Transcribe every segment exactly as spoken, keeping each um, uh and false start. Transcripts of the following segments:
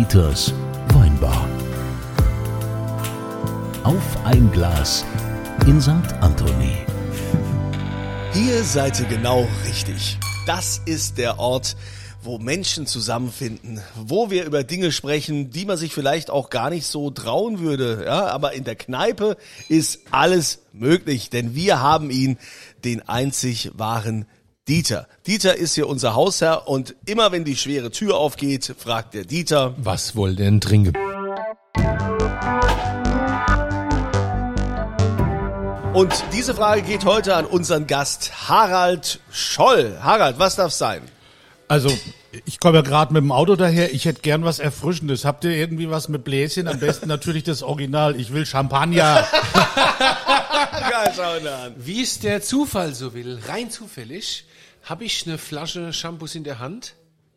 Dieters Weinbar. Auf ein Glas in Sankt Anthony. Hier seid ihr genau richtig. Das ist der Ort, wo Menschen zusammenfinden, wo wir über Dinge sprechen, die man sich vielleicht auch gar nicht so trauen würde. Ja, aber in der Kneipe ist alles möglich, denn wir haben ihn, den einzig wahren Dieter. Dieter ist hier unser Hausherr und immer wenn die schwere Tür aufgeht, fragt der Dieter: Was wollt ihr denn trinken? Und diese Frage geht heute an unseren Gast Harald Scholl. Harald, was darf sein? Also, ich komme ja gerade mit dem Auto daher. Ich hätte gern was Erfrischendes. Habt ihr irgendwie was mit Bläschen? Am besten natürlich das Original. Ich will Champagner. Ja, schau ihn an. Wie es der Zufall so will, rein zufällig, habe ich eine Flasche Shampoos in der Hand.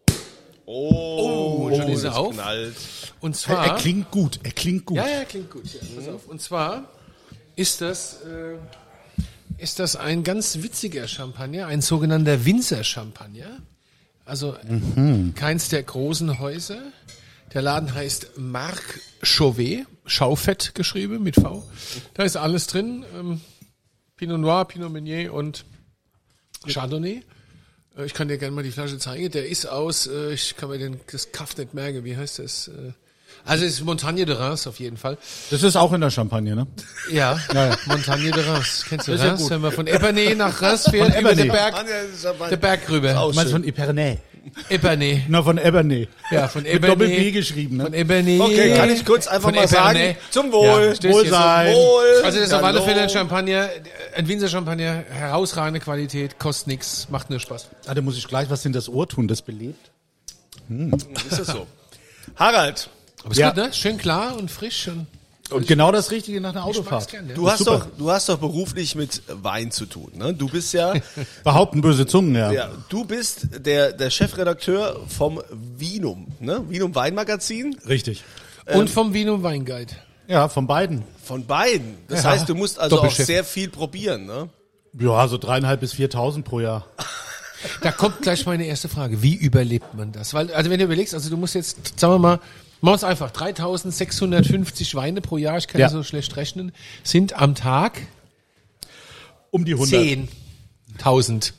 Oh, Oh, schon ist er das auf. knallt. Und Er, zwar... er klingt gut. Er klingt gut. Ja, ja, klingt gut. Ja, pass auf. Und zwar ist das, äh, ist das ein ganz witziger Champagner, ein sogenannter Winzer-Champagner. Also Mhm. keins der großen Häuser. Der Laden heißt Marc Chauvet, Schaufett geschrieben mit V. Da ist alles drin. Ähm, Pinot Noir, Pinot Meunier und Chardonnay. Äh, ich kann dir gerne mal die Flasche zeigen. Der ist aus, äh, ich kann mir den, das Kaff nicht merken, wie heißt das? Äh, also es ist Montagne de Reims auf jeden Fall. Das ist auch in der Champagne, ne? Ja, Montagne de Reims. Kennst du Das ist ja Reims? gut. Wenn man von Epernay nach Reims fährt, Von über den Epernay. Berg, Mann, ja, das ist aber- der Berg rüber. Auch Du meinst schön. von Epernay. Epernay. Na, von Epernay. Ja, von Mit Doppel-B Epernay. geschrieben, ne? Von Epernay. Okay, kann ich kurz einfach Von mal Epernay. sagen, zum Wohl. Ja, stößchen. Wohlsein. Wohl. Also das ist auf alle Hallo. Fälle ein Champagner, ein Winzer-Champagner, herausragende Qualität, kostet nix, macht nur Spaß. Ah, da muss ich gleich was in das Ohr tun, das belebt. Ist das so? Harald, Aber ist Ja. gut, ne? Schön klar und frisch. Und Und genau das Richtige nach einer ich mag's Autofahrt. gern, ja. du hast doch, du hast doch beruflich mit Wein zu tun, ne? Du bist ja, Behaupten böse Zungen, ja. ja, du bist der, der Chefredakteur vom Vinum, ne? Vinum Weinmagazin. Richtig. und vom Vino Weinguide. Ja, von beiden. Von beiden. Das Ja. heißt, du musst also auch Doppelchef. sehr viel probieren, ne? Ja, so dreieinhalb bis viertausend pro Jahr. Da kommt gleich meine erste Frage. Wie überlebt man das? Weil, also wenn du überlegst, also du musst jetzt, sagen wir mal, machen wir es einfach, dreitausendsechshundertfünfzig Weine pro Jahr, ich kann ja Ja. so schlecht rechnen, sind am Tag Um die hundert. zehntausend.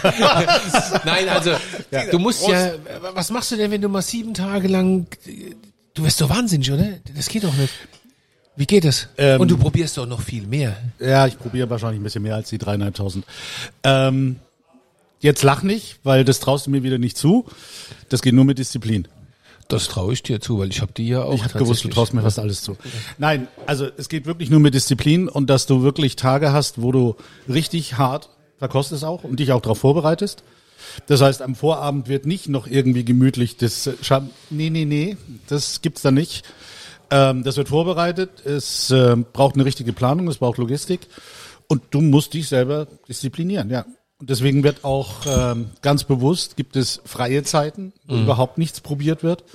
Nein, also, du musst ja, was machst du denn, wenn du mal sieben Tage lang, du wirst doch wahnsinnig, oder? Das geht doch nicht. Wie geht das? Ähm, Und du probierst doch noch viel mehr. Ja, ich probiere wahrscheinlich ein bisschen mehr als die dreieinhalbtausend. Ähm, jetzt lach nicht, weil das traust du mir wieder nicht zu. Das geht nur mit Disziplin. Das traue ich dir zu, weil ich habe die ja auch. Ich habe gewusst, du tatsächlich. traust mir fast alles zu. Nein, also es geht wirklich nur mit Disziplin und dass du wirklich Tage hast, wo du richtig hart verkostest auch und dich auch darauf vorbereitest. Das heißt, am Vorabend wird nicht noch irgendwie gemütlich das Scham- Nee, nee, nee, das gibt's da nicht. Ähm, das wird vorbereitet, es äh, braucht eine richtige Planung, es braucht Logistik und du musst dich selber disziplinieren, ja. Und deswegen wird auch ähm, ganz bewusst, gibt es freie Zeiten, wo überhaupt nichts probiert wird,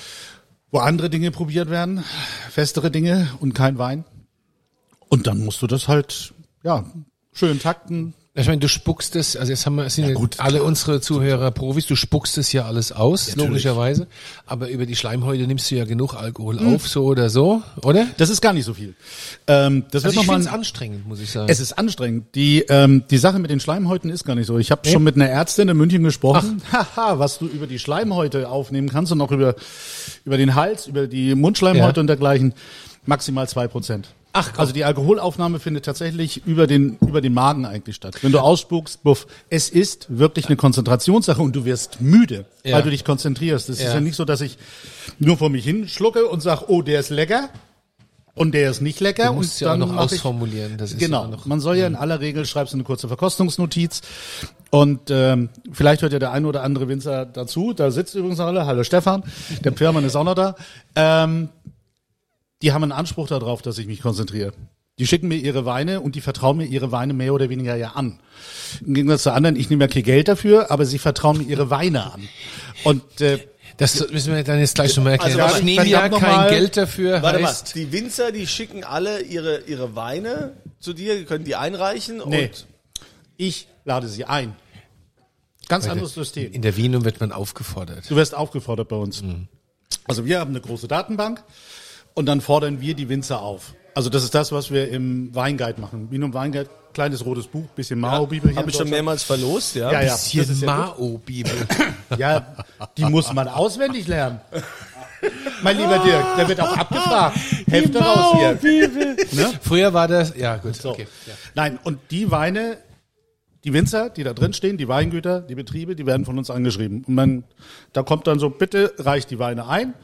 wo andere Dinge probiert werden, festere Dinge und kein Wein. Und dann musst du das halt, ja, schön takten. Ich meine, du spuckst es, also jetzt haben wir, sind Ja, ja gut, alle unsere Zuhörer Profis, du spuckst es ja alles aus, Natürlich. logischerweise. Aber über die Schleimhäute nimmst du ja genug Alkohol auf, so oder so, oder? Das ist gar nicht so viel. Ähm, das Also wird ich noch finde mal es anstrengend, muss ich sagen. Es ist anstrengend. Die ähm, die Sache mit den Schleimhäuten ist gar nicht so. Ich habe schon mit einer Ärztin in München gesprochen. Haha, was du über die Schleimhäute aufnehmen kannst und auch über über den Hals, über die Mundschleimhäute Ja. und dergleichen, maximal zwei Prozent. Ach, komm. Also die Alkoholaufnahme findet tatsächlich über den über den Magen eigentlich statt. Wenn du ausspuckst, buff, es ist wirklich eine Konzentrationssache und du wirst müde, Ja. weil du dich konzentrierst. Es Ja. ist ja nicht so, dass ich nur vor mich hin schlucke und sag, oh, der ist lecker. Und der ist nicht lecker. Du musst und ja auch dann noch mach ich- ausformulieren. Das ist Genau. ja noch, Man soll ja in aller Regel schreibst du eine kurze Verkostungsnotiz und ähm, vielleicht hört ja der eine oder andere Winzer dazu. Da sitzt übrigens noch alle. Hallo Stefan, der Pfirmann ist auch noch da. Ähm, die haben einen Anspruch darauf, dass ich mich konzentriere. Die schicken mir ihre Weine und die vertrauen mir ihre Weine mehr oder weniger ja an. Im Gegensatz zu anderen, ich nehme ja kein Geld dafür, aber sie vertrauen mir ihre Weine an. Und äh, das müssen wir dann jetzt gleich nochmal erklären. Also, ich warte, nehme ja verdammt kein noch mal. Geld dafür, Warte mal, heißt, die Winzer, die schicken alle ihre, ihre Weine zu dir, die können die einreichen nee, und ich lade sie ein. Ganz anderes System. in der Vinum wird man aufgefordert. Du wirst aufgefordert bei uns. Also wir haben eine große Datenbank und dann fordern wir die Winzer auf. Also das ist das, was wir im Weinguide machen. Vinum Weinguide, kleines rotes Buch, bisschen Mao-Bibel. Ja, habe ich schon mehrmals verlost, ja. Ja, ja. Hier Das ist ja gut. Mao-Bibel. Ja, die muss man auswendig lernen. Mein lieber Dirk, der wird auch abgefragt. Hälfte raus hier. Ne? Früher war das, ja gut, So. okay. Ja. Nein, und die Weine, die Winzer, die da drin stehen, die Weingüter, die Betriebe, die werden von uns angeschrieben. Und man, da kommt dann so, bitte reicht die Weine ein.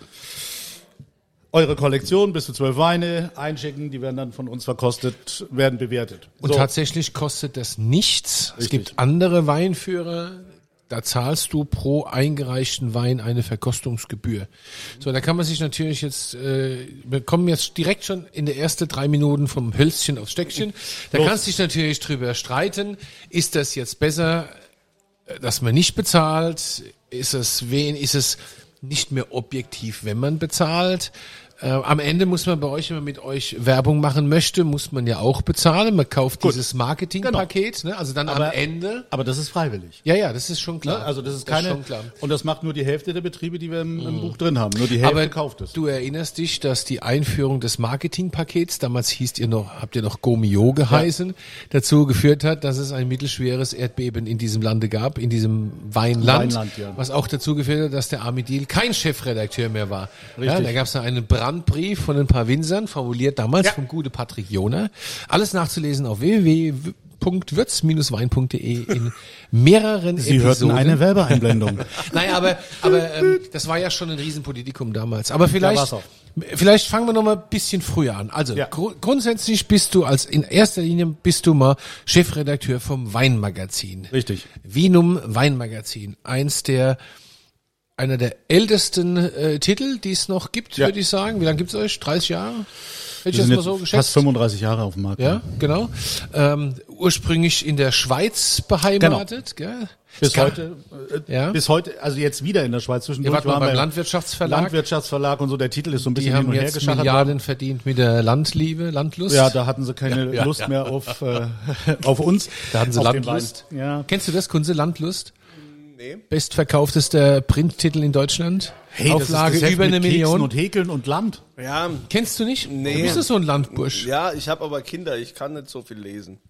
Eure Kollektion, bis zu zwölf Weine einschicken, die werden dann von uns verkostet, werden bewertet. Und So. tatsächlich kostet das nichts. Es Richtig. gibt andere Weinführer, da zahlst du pro eingereichten Wein eine Verkostungsgebühr. So, da kann man sich natürlich jetzt, äh, wir kommen jetzt direkt schon in der ersten drei Minuten vom Hölzchen aufs Stöckchen. Da Los. kannst du dich natürlich drüber streiten. Ist das jetzt besser, äh, dass man nicht bezahlt? Ist es wen, ist es nicht mehr objektiv, wenn man bezahlt? Äh, am Ende muss man bei euch, wenn man mit euch Werbung machen möchte, muss man ja auch bezahlen. Man kauft Gut. dieses Marketingpaket, ne? Also dann am Aber- Ende. Aber das ist freiwillig. Ja, ja, das ist schon klar. Ne? Also das ist keine, schon klar. und das macht nur die Hälfte der Betriebe, die wir im, im Buch drin haben. Nur die Hälfte Aber kauft es. du erinnerst dich, dass die Einführung des Marketingpakets, damals hieß ihr noch, habt ihr noch Gomio geheißen, dazu geführt hat, dass es ein mittelschweres Erdbeben in diesem Lande gab, in diesem Weinland, Weinland, ja. was auch dazu geführt hat, dass der Armidil kein Chefredakteur mehr war. Ja, Richtig. da gab es einen Brandbrief von ein paar Winzern, formuliert damals Ja. vom gute Patrick Joner. Alles nachzulesen auf w w w punkt würz Bindestrich wein punkt de in mehreren Sie Episoden. hörten eine Werbeeinblendung. Naja, aber, aber ähm, das war ja schon ein Riesenpolitikum damals. Aber Ja, vielleicht, war's auch. vielleicht fangen wir noch mal ein bisschen früher an. Also Ja. gru grundsätzlich bist du als in erster Linie bist du mal Chefredakteur vom Weinmagazin. Richtig. Vinum Weinmagazin, eins der einer der ältesten äh, Titel, die es noch gibt, Ja. würde ich sagen. Wie lange gibt es euch? dreißig Jahre? Hätte ich Wir das sind mal so jetzt geschätzt? fast fünfunddreißig Jahre auf dem Markt. Ja, genau. Ähm, ursprünglich in der Schweiz beheimatet, gell? Bis Es gab- heute, äh, Ja. bis heute, also jetzt wieder in der Schweiz Ihr zwischendurch. wart mal waren beim wir- Landwirtschaftsverlag. Landwirtschaftsverlag und so, der Titel ist so ein Die bisschen hin haben und her jetzt geschachert worden. Milliarden verdient mit der Landliebe, Landlust. Ja, da hatten sie keine Ja, Lust ja. mehr auf, äh, auf uns. Da hatten sie auf den Landlust. Wein. Ja. Kennst du das, Kunze, Landlust? Nee. Bestverkauftester Printtitel in Deutschland. Hey, Auflage das ist das Heft über mit eine Keksen Million. und Häkeln und Land. Ja, Kennst du nicht? Nee. Du bist doch so ein Landbursch. ja, ich habe aber Kinder, ich kann nicht so viel lesen.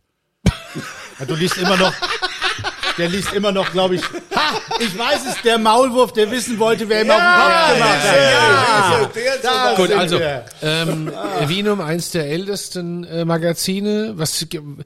Ja, du liest immer noch, der liest immer noch, glaube ich, ha, ich weiß es, der Maulwurf, der wissen wollte, wer ihm auf den Kopf gemacht hat. Ja, da Gut, sind also wir. ähm, Vinum, eins der ältesten äh, Magazine. Was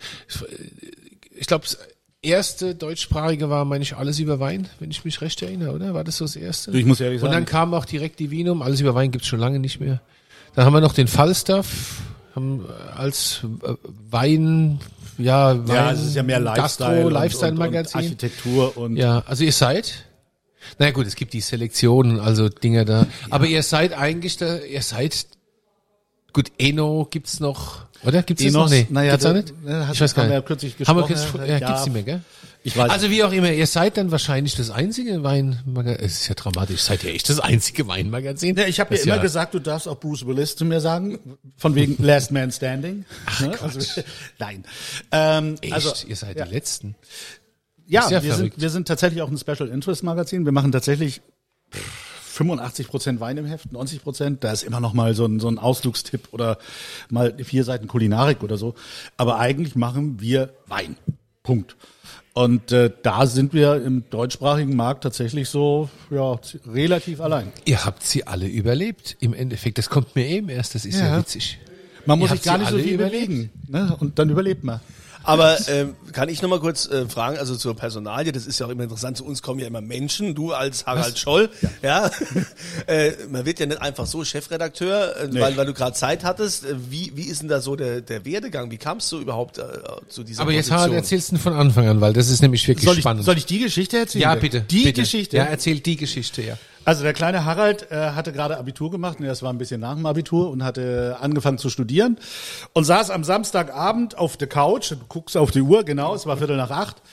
ich glaube, das erste deutschsprachige war, meine ich, Alles über Wein, wenn ich mich recht erinnere, oder? War das so das erste? Ich muss ehrlich Und dann sagen, kam auch direkt die Vinum. Alles über Wein gibt's schon lange nicht mehr. Dann haben wir noch den Falstaff haben äh, als äh, Wein, ja, Wein, ja, es ist ja mehr Lifestyle, Gastro, und- Lifestyle-Magazin. und, und Architektur und Ja, also ihr seid, na gut, es gibt die Selektionen, also Dinger da, aber ihr seid eigentlich da, ihr seid, gut, Eno gibt's noch, oder? Gibt's das Enos, noch? Nee, naja, gibt's auch da- nicht? äh, hat- Ich weiß gar haben wir nicht. ja kürzlich Haben wir gesprochen, kürzlich, äh, ja, ja. gibt's nicht mehr, gell? ich weiß Also wie auch immer, ihr seid dann wahrscheinlich das einzige Weinmagazin, es ist ja dramatisch, seid ihr echt das einzige Weinmagazin? Ja, ich habe Das ja ist immer gesagt, du darfst auch Bruce Willis zu mir sagen, von wegen Last Man Standing. ne? also, nein. Ähm, echt, also, ihr seid ja. die Letzten. ja, ist ja wir, verrückt. sind, wir sind tatsächlich auch ein Special Interest Magazin. Wir machen tatsächlich fünfundachtzig Prozent Wein im Heft, neunzig Prozent. Da ist immer noch mal so ein, so ein Ausflugstipp oder mal vier Seiten Kulinarik oder so. Aber eigentlich machen wir Wein. Punkt. Und äh, da sind wir im deutschsprachigen Markt tatsächlich so ja z- relativ allein. Ihr habt sie alle überlebt, im Endeffekt. Das kommt mir eben erst, das ist ja, Ja. witzig. Man muss Ihr sich habt gar sie nicht so alle viel überlebt. bewegen. Ne? Und dann überlebt man. Aber ähm, kann ich noch mal kurz äh, fragen, also zur Personalie, das ist ja auch immer interessant, zu uns kommen ja immer Menschen, du als Harald Scholl, ja, äh, man wird ja nicht einfach so Chefredakteur, äh, Nee. weil, weil du gerade Zeit hattest. Äh, Wie, wie ist denn da so der, der Werdegang? Wie kamst du überhaupt äh, zu dieser Aber jetzt Position? Harald, erzählst du von Anfang an, weil das ist nämlich wirklich Soll ich, spannend. soll ich die Geschichte erzählen? ja, bitte. Die bitte. Geschichte? Ja, erzähl die Geschichte, ja. Also der kleine Harald äh, hatte gerade Abitur gemacht, und das war ein bisschen nach dem Abitur, und hatte angefangen zu studieren und saß am Samstagabend auf der Couch, du guckst auf die Uhr, genau, es war Viertel nach acht,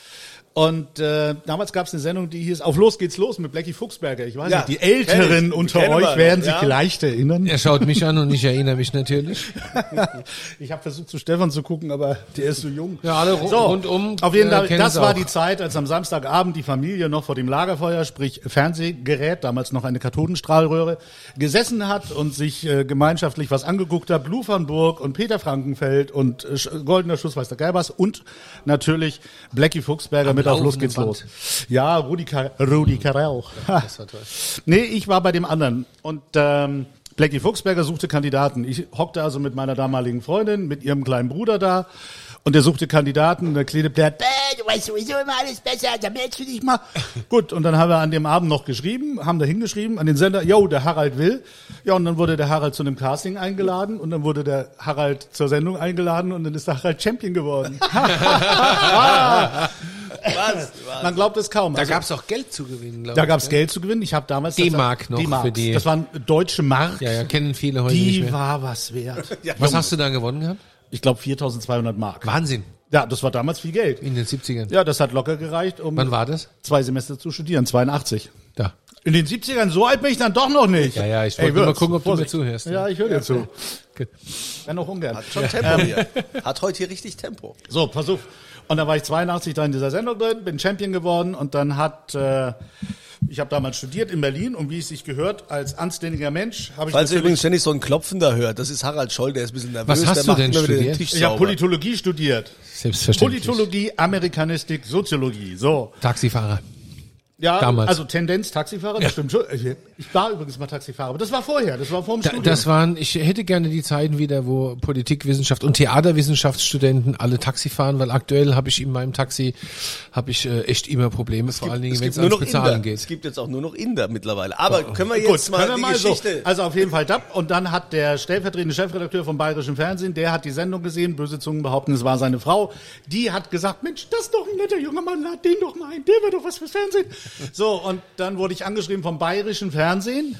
Und äh, damals gab es eine Sendung, die hieß Auf los geht's los mit Blackie Fuchsberger. Ich weiß Ja, nicht, die Älteren ich, unter kennen euch wir werden noch, sich ja. vielleicht erinnern. Er schaut mich an und ich erinnere mich natürlich. Ich habe versucht, zu Stefan zu gucken, aber der ist so jung. Ja, alle ru- so, rundum, Auf jeden äh, Fall, kennen das es war auch. die Zeit, als am Samstagabend die Familie noch vor dem Lagerfeuer, sprich Fernsehgerät, damals noch eine Kathodenstrahlröhre, gesessen hat und sich äh, gemeinschaftlich was angeguckt hat. Blue van Burg und Peter Frankenfeld und äh, Sch- Goldener Schuss weiß der Geibers und natürlich Blackie Fuchsberger Am mit Auf los laufenden geht's Band. los. Ja, Rudi, Car Rudi Carrell. Ha. Das war toll. Nee, ich war bei dem anderen. Und ähm, Blackie Fuchsberger suchte Kandidaten. Ich hockte also mit meiner damaligen Freundin, mit ihrem kleinen Bruder da. Und der suchte Kandidaten. Und der Kleine blärt, äh, du weißt sowieso immer alles besser, da meldest du dich mal. Gut, und dann haben wir an dem Abend noch geschrieben, haben da hingeschrieben an den Sender, yo, der Harald will. Ja, und dann wurde der Harald zu einem Casting eingeladen. Und dann wurde der Harald zur Sendung eingeladen. Und dann ist der Harald Champion geworden. Was? Man glaubt es kaum. Da Also- gab es auch Geld zu gewinnen, glaube Da ich. gab es ne? Geld zu gewinnen. Ich habe damals das- D-Mark noch D-Mark. für die- Das waren deutsche Mark. Ja, ja, kennen viele heute nicht Die mehr. war was wert. Was hast du da gewonnen gehabt? Ich glaube viertausendzweihundert Mark. Wahnsinn. Ja, das war damals viel Geld. In den siebzigern. Ja, das hat locker gereicht, um Wann war das? zwei Semester zu studieren, zweiundachtzig. Da. In den siebzigern, so alt bin ich dann doch noch nicht. Ja, ja, ich Ey, wollte nur mal Würz, gucken, ob Vorsicht. du mir zuhörst. Ja, ich höre dir zu. Gut. Wenn auch ungern. Hat schon Tempo hier. Hat heute hier richtig Tempo. So, pass auf. Und dann war ich zweiundachtzig da in dieser Sendung drin, bin Champion geworden und dann hat, äh, ich habe damals studiert in Berlin und wie es sich gehört, als anständiger Mensch habe ich Falls ihr natürlich- übrigens ständig so ein Klopfen da hört, das ist Harald Scholl, der ist ein bisschen nervös. Was hast der du macht denn immer wieder den studiert? Tisch Ich habe sauber. Politologie studiert. Selbstverständlich. Politologie, Amerikanistik, Soziologie. So. Taxifahrer. Ja, Damals. also Tendenz Taxifahrer, das stimmt schon. Ich war übrigens mal Taxifahrer, aber das war vorher, das war vor dem Da, Studium. das waren, ich hätte gerne die Zeiten wieder, wo Politikwissenschaft und Theaterwissenschaftsstudenten alle Taxi fahren, weil aktuell habe ich in meinem Taxi habe ich äh, echt immer Probleme, vor allen Dingen, Es wenn gibt es nur ans noch Bezahlen Inder. geht. Es gibt jetzt auch nur noch Inder mittlerweile. Aber können wir Gut, jetzt mal können wir die mal Geschichte... so. Also auf jeden Fall das. Und dann hat der stellvertretende Chefredakteur vom Bayerischen Fernsehen, der hat die Sendung gesehen, böse Zungen behaupten, es war seine Frau. Die hat gesagt, Mensch, das ist doch ein netter junger Mann, lad den doch mal ein, der wird doch was fürs Fernsehen. So, und dann wurde ich angeschrieben vom Bayerischen Fernsehen.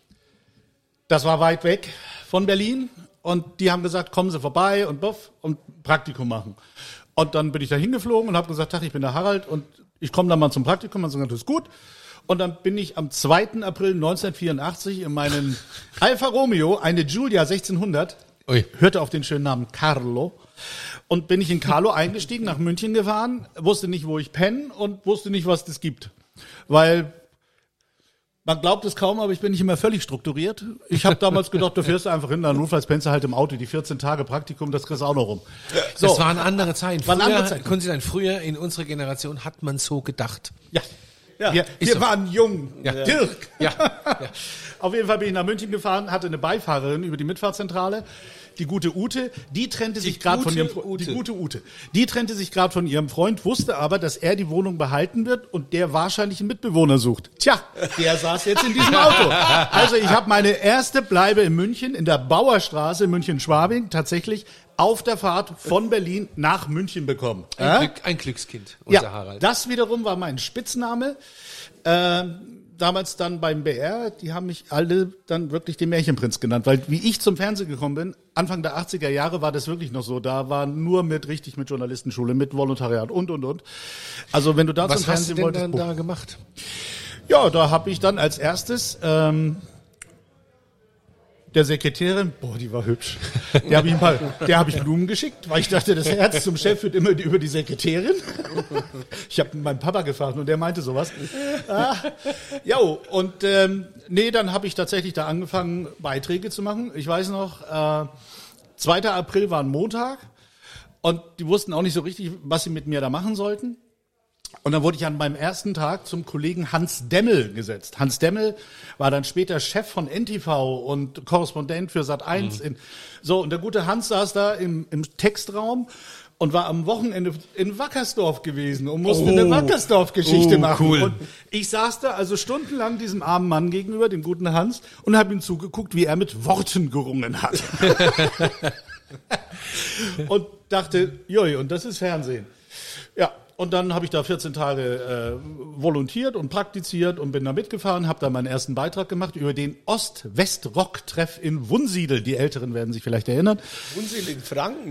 Das war weit weg von Berlin. Und die haben gesagt, kommen Sie vorbei und buff und Praktikum machen. Und dann bin ich da hingeflogen und habe gesagt, Tag, ich bin der Harald und ich komme dann mal zum Praktikum. Und so gesagt, das ist gut. Und dann bin ich am zweiten April neunzehnhundertvierundachtzig in meinen Alfa Romeo, eine Giulia sechzehnhundert, Ui. hörte auf den schönen Namen Carlo, und bin ich in Carlo eingestiegen, nach München gefahren, wusste nicht, wo ich penne und wusste nicht, was das gibt. Weil man glaubt es kaum, aber ich bin nicht immer völlig strukturiert. Ich habe damals gedacht, du fährst einfach hin, dann notfalls pennst du halt im Auto, die vierzehn Tage Praktikum, das kriegst du auch noch rum. So, Das waren andere Zeiten. Waren Früher, andere Zeiten. können Sie sagen, früher in unserer Generation hat man so gedacht. ja. Ja, wir ist wir so. waren jung. Ja. Dirk. Ja, Auf jeden Fall bin ich nach München gefahren, hatte eine Beifahrerin über die Mitfahrzentrale, die gute Ute, die trennte sich gerade von gute ihrem Fre- Ute. die gute Ute. Die trennte sich gerade von ihrem Freund, wusste aber, dass er die Wohnung behalten wird und der wahrscheinlich einen Mitbewohner sucht. Tja, der saß jetzt in diesem Auto. Also ich habe meine erste Bleibe in München in der Bauerstraße in München-Schwabing tatsächlich auf der Fahrt von Berlin nach München bekommen. ein, Ja? Glück, ein Glückskind, unser Ja, Harald. das wiederum war mein Spitzname. Ähm, damals dann beim B R, die haben mich alle dann wirklich den Märchenprinz genannt, weil wie ich zum Fernsehen gekommen bin, Anfang der achtziger Jahre war das wirklich noch so. Da war nur mit richtig mit Journalistenschule, mit Volontariat und und und. Also wenn du da Was zum hast du Fernsehen denn wolltest, dann boah. da gemacht? Ja, da habe ich dann als erstes ähm, der Sekretärin, boah, die war hübsch. Der habe ich, ein paar- der hab ich Blumen geschickt, weil ich dachte, das Herz zum Chef wird immer über die Sekretärin. Ich habe meinen Papa gefragt und der meinte sowas. Ah, jo, und ähm, nee, dann habe ich tatsächlich da angefangen, Beiträge zu machen. Ich weiß noch, äh, zweiter April war ein Montag und die wussten auch nicht so richtig, was sie mit mir da machen sollten. Und dann wurde ich an meinem ersten Tag zum Kollegen Hans Demmel gesetzt. Hans Demmel war dann später Chef von N T V und Korrespondent für Sat eins. Mhm. In, so, und der gute Hans saß da im, im Textraum und war am Wochenende in Wackersdorf gewesen und musste Oh. eine Wackersdorf-Geschichte Oh, machen. cool. Und ich saß da also stundenlang diesem armen Mann gegenüber, dem guten Hans, und habe ihm zugeguckt, wie er mit Worten gerungen hat. Und dachte, joi, und das ist Fernsehen. Ja, und dann habe ich da vierzehn Tage äh, volontiert und praktiziert und bin da mitgefahren, habe da meinen ersten Beitrag gemacht über den Ost-West-Rock-Treff in Wunsiedel. Die Älteren werden sich vielleicht erinnern. Unsinn in Franken.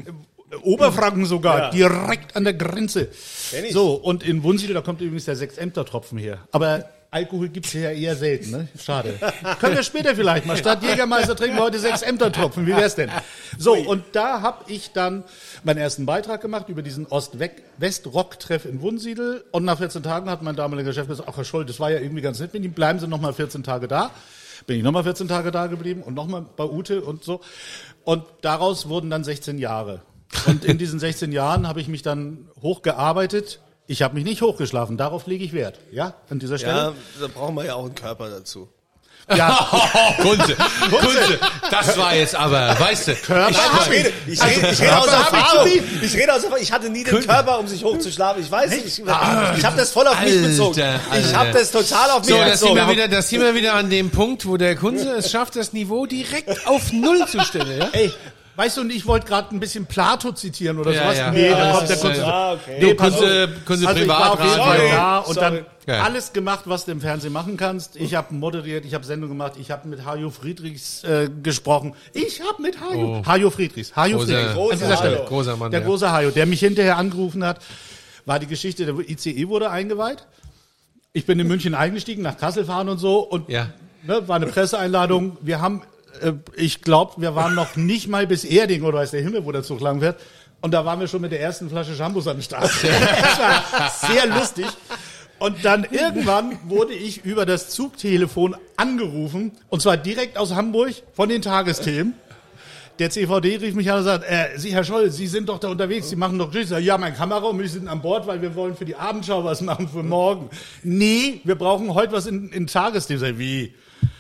Oberfranken sogar, Ja. direkt an der Grenze. Kenn ich. So, und in Wunsiedel, da kommt übrigens der Sechs-Emter-Tropfen her. Aber Alkohol gibt's hier ja eher selten, ne? Schade. Können wir später vielleicht mal. Statt Jägermeister trinken wir heute Sechs-Emter-Tropfen. Wie wär's denn? So, und da habe ich dann meinen ersten Beitrag gemacht über diesen Ost-West-Rock-Treff in Wunsiedel. Und nach vierzehn Tagen hat mein damaliger Chef gesagt, ach Herr Scholl, das war ja irgendwie ganz nett mit ihm. Bleiben Sie noch mal vierzehn Tage da. Bin ich noch mal vierzehn Tage da geblieben und noch mal bei Ute und so. Und daraus wurden dann sechzehn Jahre. Und in diesen sechzehn Jahren habe ich mich dann hochgearbeitet. Ich habe mich nicht hochgeschlafen, darauf lege ich Wert. Ja, an dieser Stelle. Ja, da brauchen wir ja auch einen Körper dazu. Ja, Kunze, Kunze, das war jetzt aber, weißt du, ich, Nein, ich rede, ich rede, ich rede aus Körper hab ich Erfahrung. nie. Ich rede aus Erfahrung. Ich hatte nie den Körper, um sich hochzuschlafen. Ich weiß nicht. Ich, ich habe das voll auf mich Alter, bezogen. Ich Alter. habe das total auf mich so, da sind bezogen. wir wieder, da sind wir wieder an dem Punkt, wo der Kunze es schafft, das Niveau direkt auf Null zu stellen, ja? ey, weißt du, und ich wollte gerade ein bisschen Plato zitieren oder Ja, sowas. ja. Nee, Ja, da das kommt der ist, Kunze. äh, Ah, okay. Nee, Du, pass Kunze, auf. Kunze Also ich war auf jeden Privatradio. Fall da und Sorry. dann Ja. alles gemacht, was du im Fernsehen machen kannst. Ich habe moderiert, ich habe Sendung gemacht, ich habe mit Hajo Friedrichs äh, gesprochen. Ich habe mit Hajo, Oh. Hajo Friedrichs, Hajo Großer, Friedrichs. Großer an dieser Stelle, Hajo. großer Mann, Der ja. große Hajo, der mich hinterher angerufen hat, war die Geschichte, der I C E wurde eingeweiht. Ich bin in München eingestiegen, nach Kassel fahren und so und Ja. ne, war eine Presseeinladung. Wir haben, äh, ich glaube, wir waren noch nicht mal bis Erding oder weiß der Himmel, wo der Zug lang fährt. Und da waren wir schon mit der ersten Flasche Shampoos am Start. Das war sehr lustig. Und dann irgendwann wurde ich über das Zugtelefon angerufen, und zwar direkt aus Hamburg von den Tagesthemen. Der C V D rief mich an und sagt, äh, Sie, Herr Scholl, Sie sind doch da unterwegs, Sie machen doch Geschichte. Ja, mein Kamera und wir sind an Bord, weil wir wollen für die Abendschau was machen für morgen. Nee, wir brauchen heute was in, in Tagesthemen. Sag ich, wie?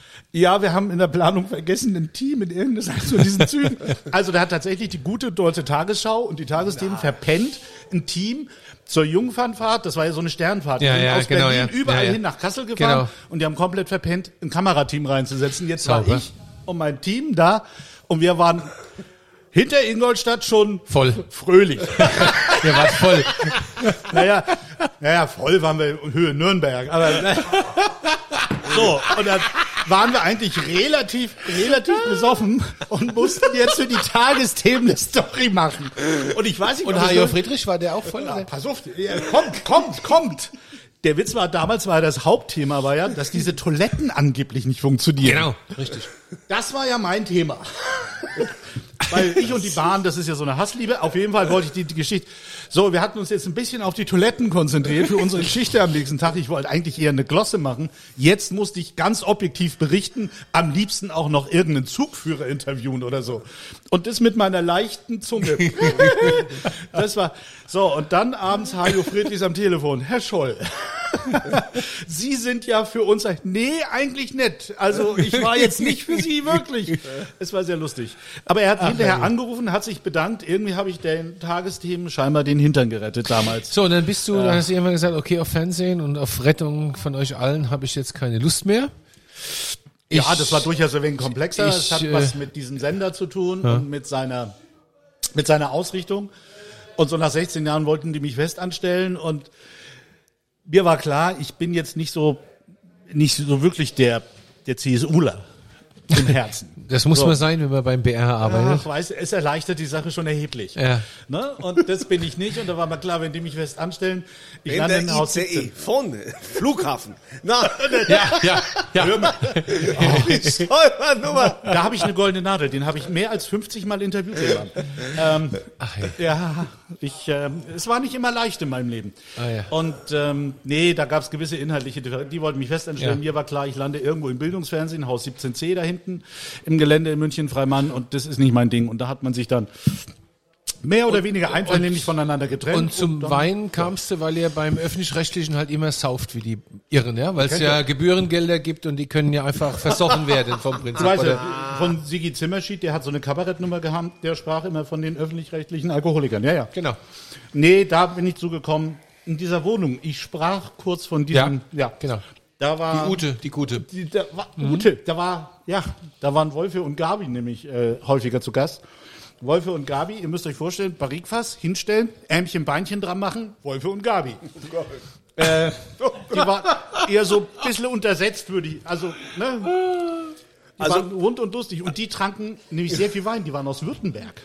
Ja, wir haben in der Planung vergessen, ein Team in irgendeiner von diesen Zügen. Also da hat tatsächlich die gute deutsche Tagesschau und die Tagesthemen verpennt, ein Team zur Jungfernfahrt, das war ja so eine Sternfahrt, Ja, die sind ja, aus genau, Berlin ja. überall Ja, ja. hin nach Kassel gefahren Genau. und die haben komplett verpennt, ein Kamerateam reinzusetzen. Jetzt war Sauber. ich und mein Team da und wir waren hinter Ingolstadt schon Voll. fröhlich. Der war voll. Naja, naja, voll waren wir in Höhe Nürnberg. Aber so, und dann waren wir eigentlich relativ, relativ besoffen und mussten jetzt für die Tagesthemen eine Story machen. Und ich weiß nicht, Und ob es Hajo nur- Friedrich war der auch voll? Ja, pass auf, ja, kommt, kommt, kommt. Der Witz war, damals war das Hauptthema, war ja, dass diese Toiletten angeblich nicht funktionieren. Genau, richtig. Das war ja mein Thema. Weil ich und die Bahn, das ist ja so eine Hassliebe. Auf jeden Fall wollte ich die, die Geschichte. So, wir hatten uns jetzt ein bisschen auf die Toiletten konzentriert für unsere Geschichte am nächsten Tag. Ich wollte eigentlich eher eine Glosse machen. Jetzt musste ich ganz objektiv berichten. Am liebsten auch noch irgendeinen Zugführer interviewen oder so. Und das mit meiner leichten Zunge. Das war, so, und dann abends Hajo Friedrichs am Telefon. Herr Scholl. Sie sind ja für uns, nee, eigentlich nett. Also ich war jetzt nicht für Sie wirklich. Es war sehr lustig. Aber er hat hinterher angerufen, hat sich bedankt. Irgendwie habe ich den Tagesthemen scheinbar den Hintern gerettet damals. So, und dann bist du, dann hast du irgendwann gesagt, okay, auf Fernsehen und auf Rettung von euch allen habe ich jetzt keine Lust mehr. Ja, Ich- das war durchaus ein wenig komplexer. ich, Es hat äh, was mit diesem Sender zu tun und mit seiner, mit seiner Ausrichtung. Und so nach sechzehn Jahren wollten die mich fest anstellen und mir war klar, ich bin jetzt nicht so, nicht so wirklich der, der CSUler im Herzen. Das muss So. man sein, wenn man beim B R arbeitet. Ach, weißt du, es erleichtert die Sache schon erheblich. Ja. Ne? Und das bin ich nicht. Und da war mir klar, wenn die mich fest anstellen, ich In lande der in Haus I C E, siebzehn. vorne, Flughafen. Na, Ja, ja, ja. Hör mal, die Steuernummer. da habe ich eine goldene Nadel. Den habe ich mehr als fünfzig Mal interviewt. ähm, Ach, hey. ja, ich, ähm, es war nicht immer leicht in meinem Leben. Ah, ja. Und ähm, nee, da gab es gewisse inhaltliche Differenzen. Die wollten mich festanstellen. Ja. Mir war klar, ich lande irgendwo im Bildungsfernsehen, Haus siebzehn C da hinten, im Gelände in München, Freimann. Und das ist nicht mein Ding. Und da hat man sich dann mehr oder weniger einvernehmlich voneinander getrennt. Und zum dann- Wein kamst du, weil ihr beim Öffentlich-Rechtlichen halt immer sauft wie die Irren, ja? Weil es Kennt ja ihr? Gebührengelder gibt und die können ja einfach versoffen werden vom Prinzip. Du weißt oder? ja, von Sigi Zimmerschied, der hat so eine Kabarettnummer gehabt, der sprach immer von den öffentlich-rechtlichen Alkoholikern. Ja, ja. Genau. Nee, da bin ich zugekommen. In dieser Wohnung, ich sprach kurz von diesem, ja, genau. da war, Die Ute, die Gute. die, da war Ute, da war, ja, da waren Wolfe und Gabi nämlich äh, häufiger zu Gast. Wolfe und Gabi, ihr müsst euch vorstellen, Barrikfass hinstellen, Ärmchen, Beinchen dran machen, Wolfe und Gabi. äh, die war eher so ein bisschen untersetzt, würde ich, also, ne? Die Also- waren rund und lustig. Und die tranken nämlich sehr viel Wein, die waren aus Württemberg.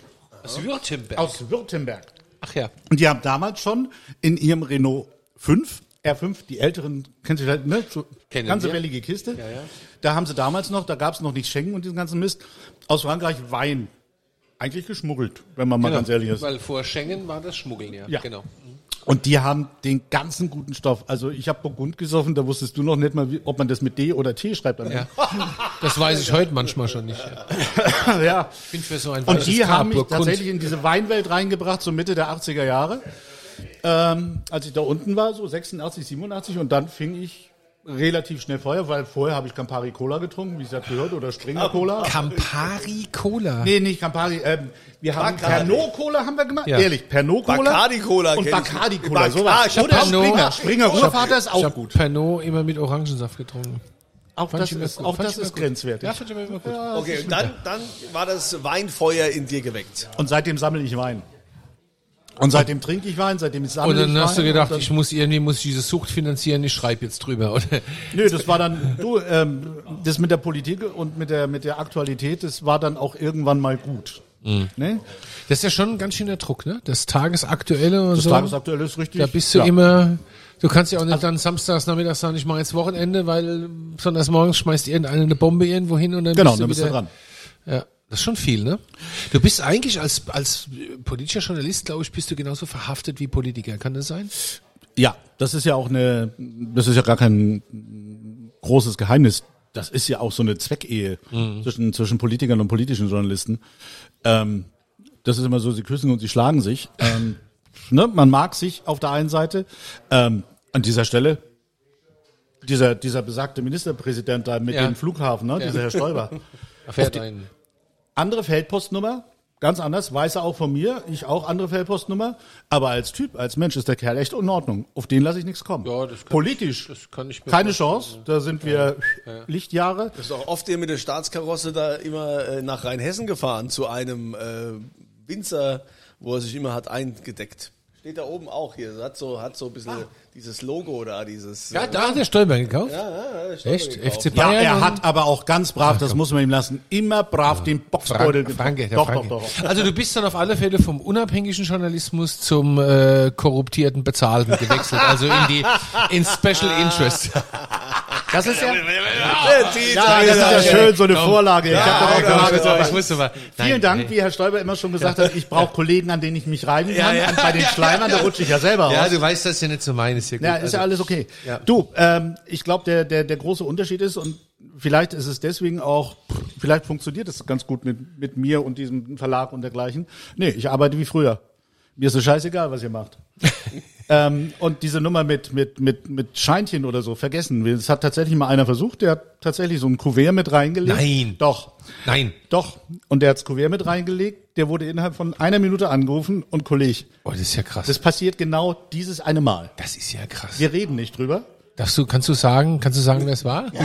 Aus Württemberg. aus Württemberg. Ach ja. Und die haben damals schon in ihrem Renault fünf, R fünf, die älteren, kennst du vielleicht, ne? So Kennen ganze wir. wellige Kiste. Ja, ja. Da haben sie damals noch, da gab es noch nicht Schengen und diesen ganzen Mist, aus Frankreich Wein. Eigentlich geschmuggelt, wenn man mal Genau. ganz ehrlich ist. Weil vor Schengen war das Schmuggeln, ja. Ja. Genau. Und die haben den ganzen guten Stoff. Also ich habe Burgund gesoffen, da wusstest du noch nicht mal, wie, ob man das mit D oder T schreibt. am Ja. Das weiß ich heute manchmal schon nicht. Ja. Ende. Ja. Ich bin für so ein Und weiches die haben mich Grab, Burgund. tatsächlich in diese Weinwelt reingebracht, so Mitte der achtziger Jahre. Ähm, als ich da unten war, so sechsundachtzig, siebenundachtzig, und dann fing ich relativ schnell Feuer, weil vorher habe ich Campari Cola getrunken, wie es das gehört, oder Springer Cola. Campari Cola. Nee, nicht Campari, ähm, wir haben Bacardi. Pernod Cola haben wir gemacht, Ja. ehrlich, Pernod Cola. Bacardi Cola und kenn ich. Bacardi Cola, Bac- sowas. Ah, ich hab Oder Pernod. Springer, Springer Urvater ist Ich auch hab gut. Pernod immer mit Orangensaft getrunken. Auch Fand das ich immer ist, gut. auch Fand das ich immer ist gut. grenzwertig. Ja, fand ich immer gut. Okay, und dann, dann war das Weinfeuer in dir geweckt. Und seitdem sammle ich Wein. Und seitdem trinke ich Wein, seitdem ich sammle Und dann ich hast du Wein. gedacht, Und dann- ich muss irgendwie muss ich diese Sucht finanzieren, ich schreibe jetzt drüber, oder? Nö, das war dann, du, ähm, das mit der Politik und mit der, mit der Aktualität, das war dann auch irgendwann mal gut. Mhm. Ne? Das ist ja schon ein ganz schöner Druck, ne? Das Tagesaktuelle und Das so. Tagesaktuelle ist richtig. Da bist du ja. immer, du kannst ja auch nicht dann samstags nachmittags sagen, ich mache jetzt Wochenende, weil sonntags morgens schmeißt irgendeiner eine Bombe irgendwo hin und dann Genau, bist du dann bist du wieder, dran. Ja, das ist schon viel, ne? Du bist eigentlich als, als politischer Journalist, glaube ich, bist du genauso verhaftet wie Politiker. Kann das sein? Ja, das ist ja auch eine, das ist ja gar kein großes Geheimnis. Das ist ja auch so eine Zweckehe Mhm. zwischen, zwischen Politikern und politischen Journalisten. Ähm, das ist immer so, sie küssen und sie schlagen sich. Ähm, ne? Man mag sich auf der einen Seite. Ähm, an dieser Stelle, dieser, dieser besagte Ministerpräsident da mit Ja. dem Flughafen, ne? dieser Herr Stoiber. Erfährt ein. Andere Feldpostnummer, ganz anders, weiß er auch von mir, ich auch andere Feldpostnummer, aber als Typ, als Mensch ist der Kerl echt in Ordnung. Auf den lasse ich nichts kommen. Ja, das kann Politisch, Das kann ich mir keine vorstellen. Chance, da sind wir Lichtjahre. Das ist auch oft ihr mit der Staatskarosse da immer äh, nach Rheinhessen gefahren, zu einem äh, Winzer, wo er sich immer hat eingedeckt. Steht da oben auch hier, hat so, hat so ein bisschen dieses Logo da, dieses... Ja, äh, da hat der Stolper gekauft. ja, ja, ja, Stolper Echt? gekauft. F C Ja, Bayern? er und- hat aber auch ganz brav, das muss man ihm lassen, immer brav den Boxbeutel Frank, Franke, der Doch, Franke. doch, doch. Also du bist dann auf alle Fälle vom unabhängigen Journalismus zum äh, korruptierten Bezahlten gewechselt, also in die in Special Interest. Das ist ja, Der Dieter, ja, das ist ja schön, so eine Vorlage. Ich hab doch auch Ja, gerade- ich, aber, ich wusste mal. Vielen Nein, Dank, nee. wie Herr Stoiber immer schon gesagt hat, ich brauche Kollegen, an denen ich mich reiben kann. Ja, ja. Und bei den Schleimern, da rutsche ich ja selber Ja, raus. du weißt, das ist ja nicht so mein, ist ja gut. Ja, ist ja alles okay. Ja. Du, ähm, ich glaube, der, der, der große Unterschied ist, und vielleicht ist es deswegen auch, vielleicht funktioniert es ganz gut mit, mit mir und diesem Verlag und dergleichen. Nee, ich arbeite wie früher. Mir ist es scheißegal, was ihr macht. ähm, und diese Nummer mit, mit, mit, mit Scheinchen oder so, vergessen. Das hat tatsächlich mal einer versucht, der hat tatsächlich so ein Kuvert mit reingelegt. Nein. Doch. Nein. Doch. Und der hat das Kuvert mit reingelegt, der wurde innerhalb von einer Minute angerufen und Kollege. Oh, das ist ja krass. Das passiert genau dieses eine Mal. Das ist ja krass. Wir reden nicht drüber. Darfst du, kannst du sagen, kannst du sagen, wer es war?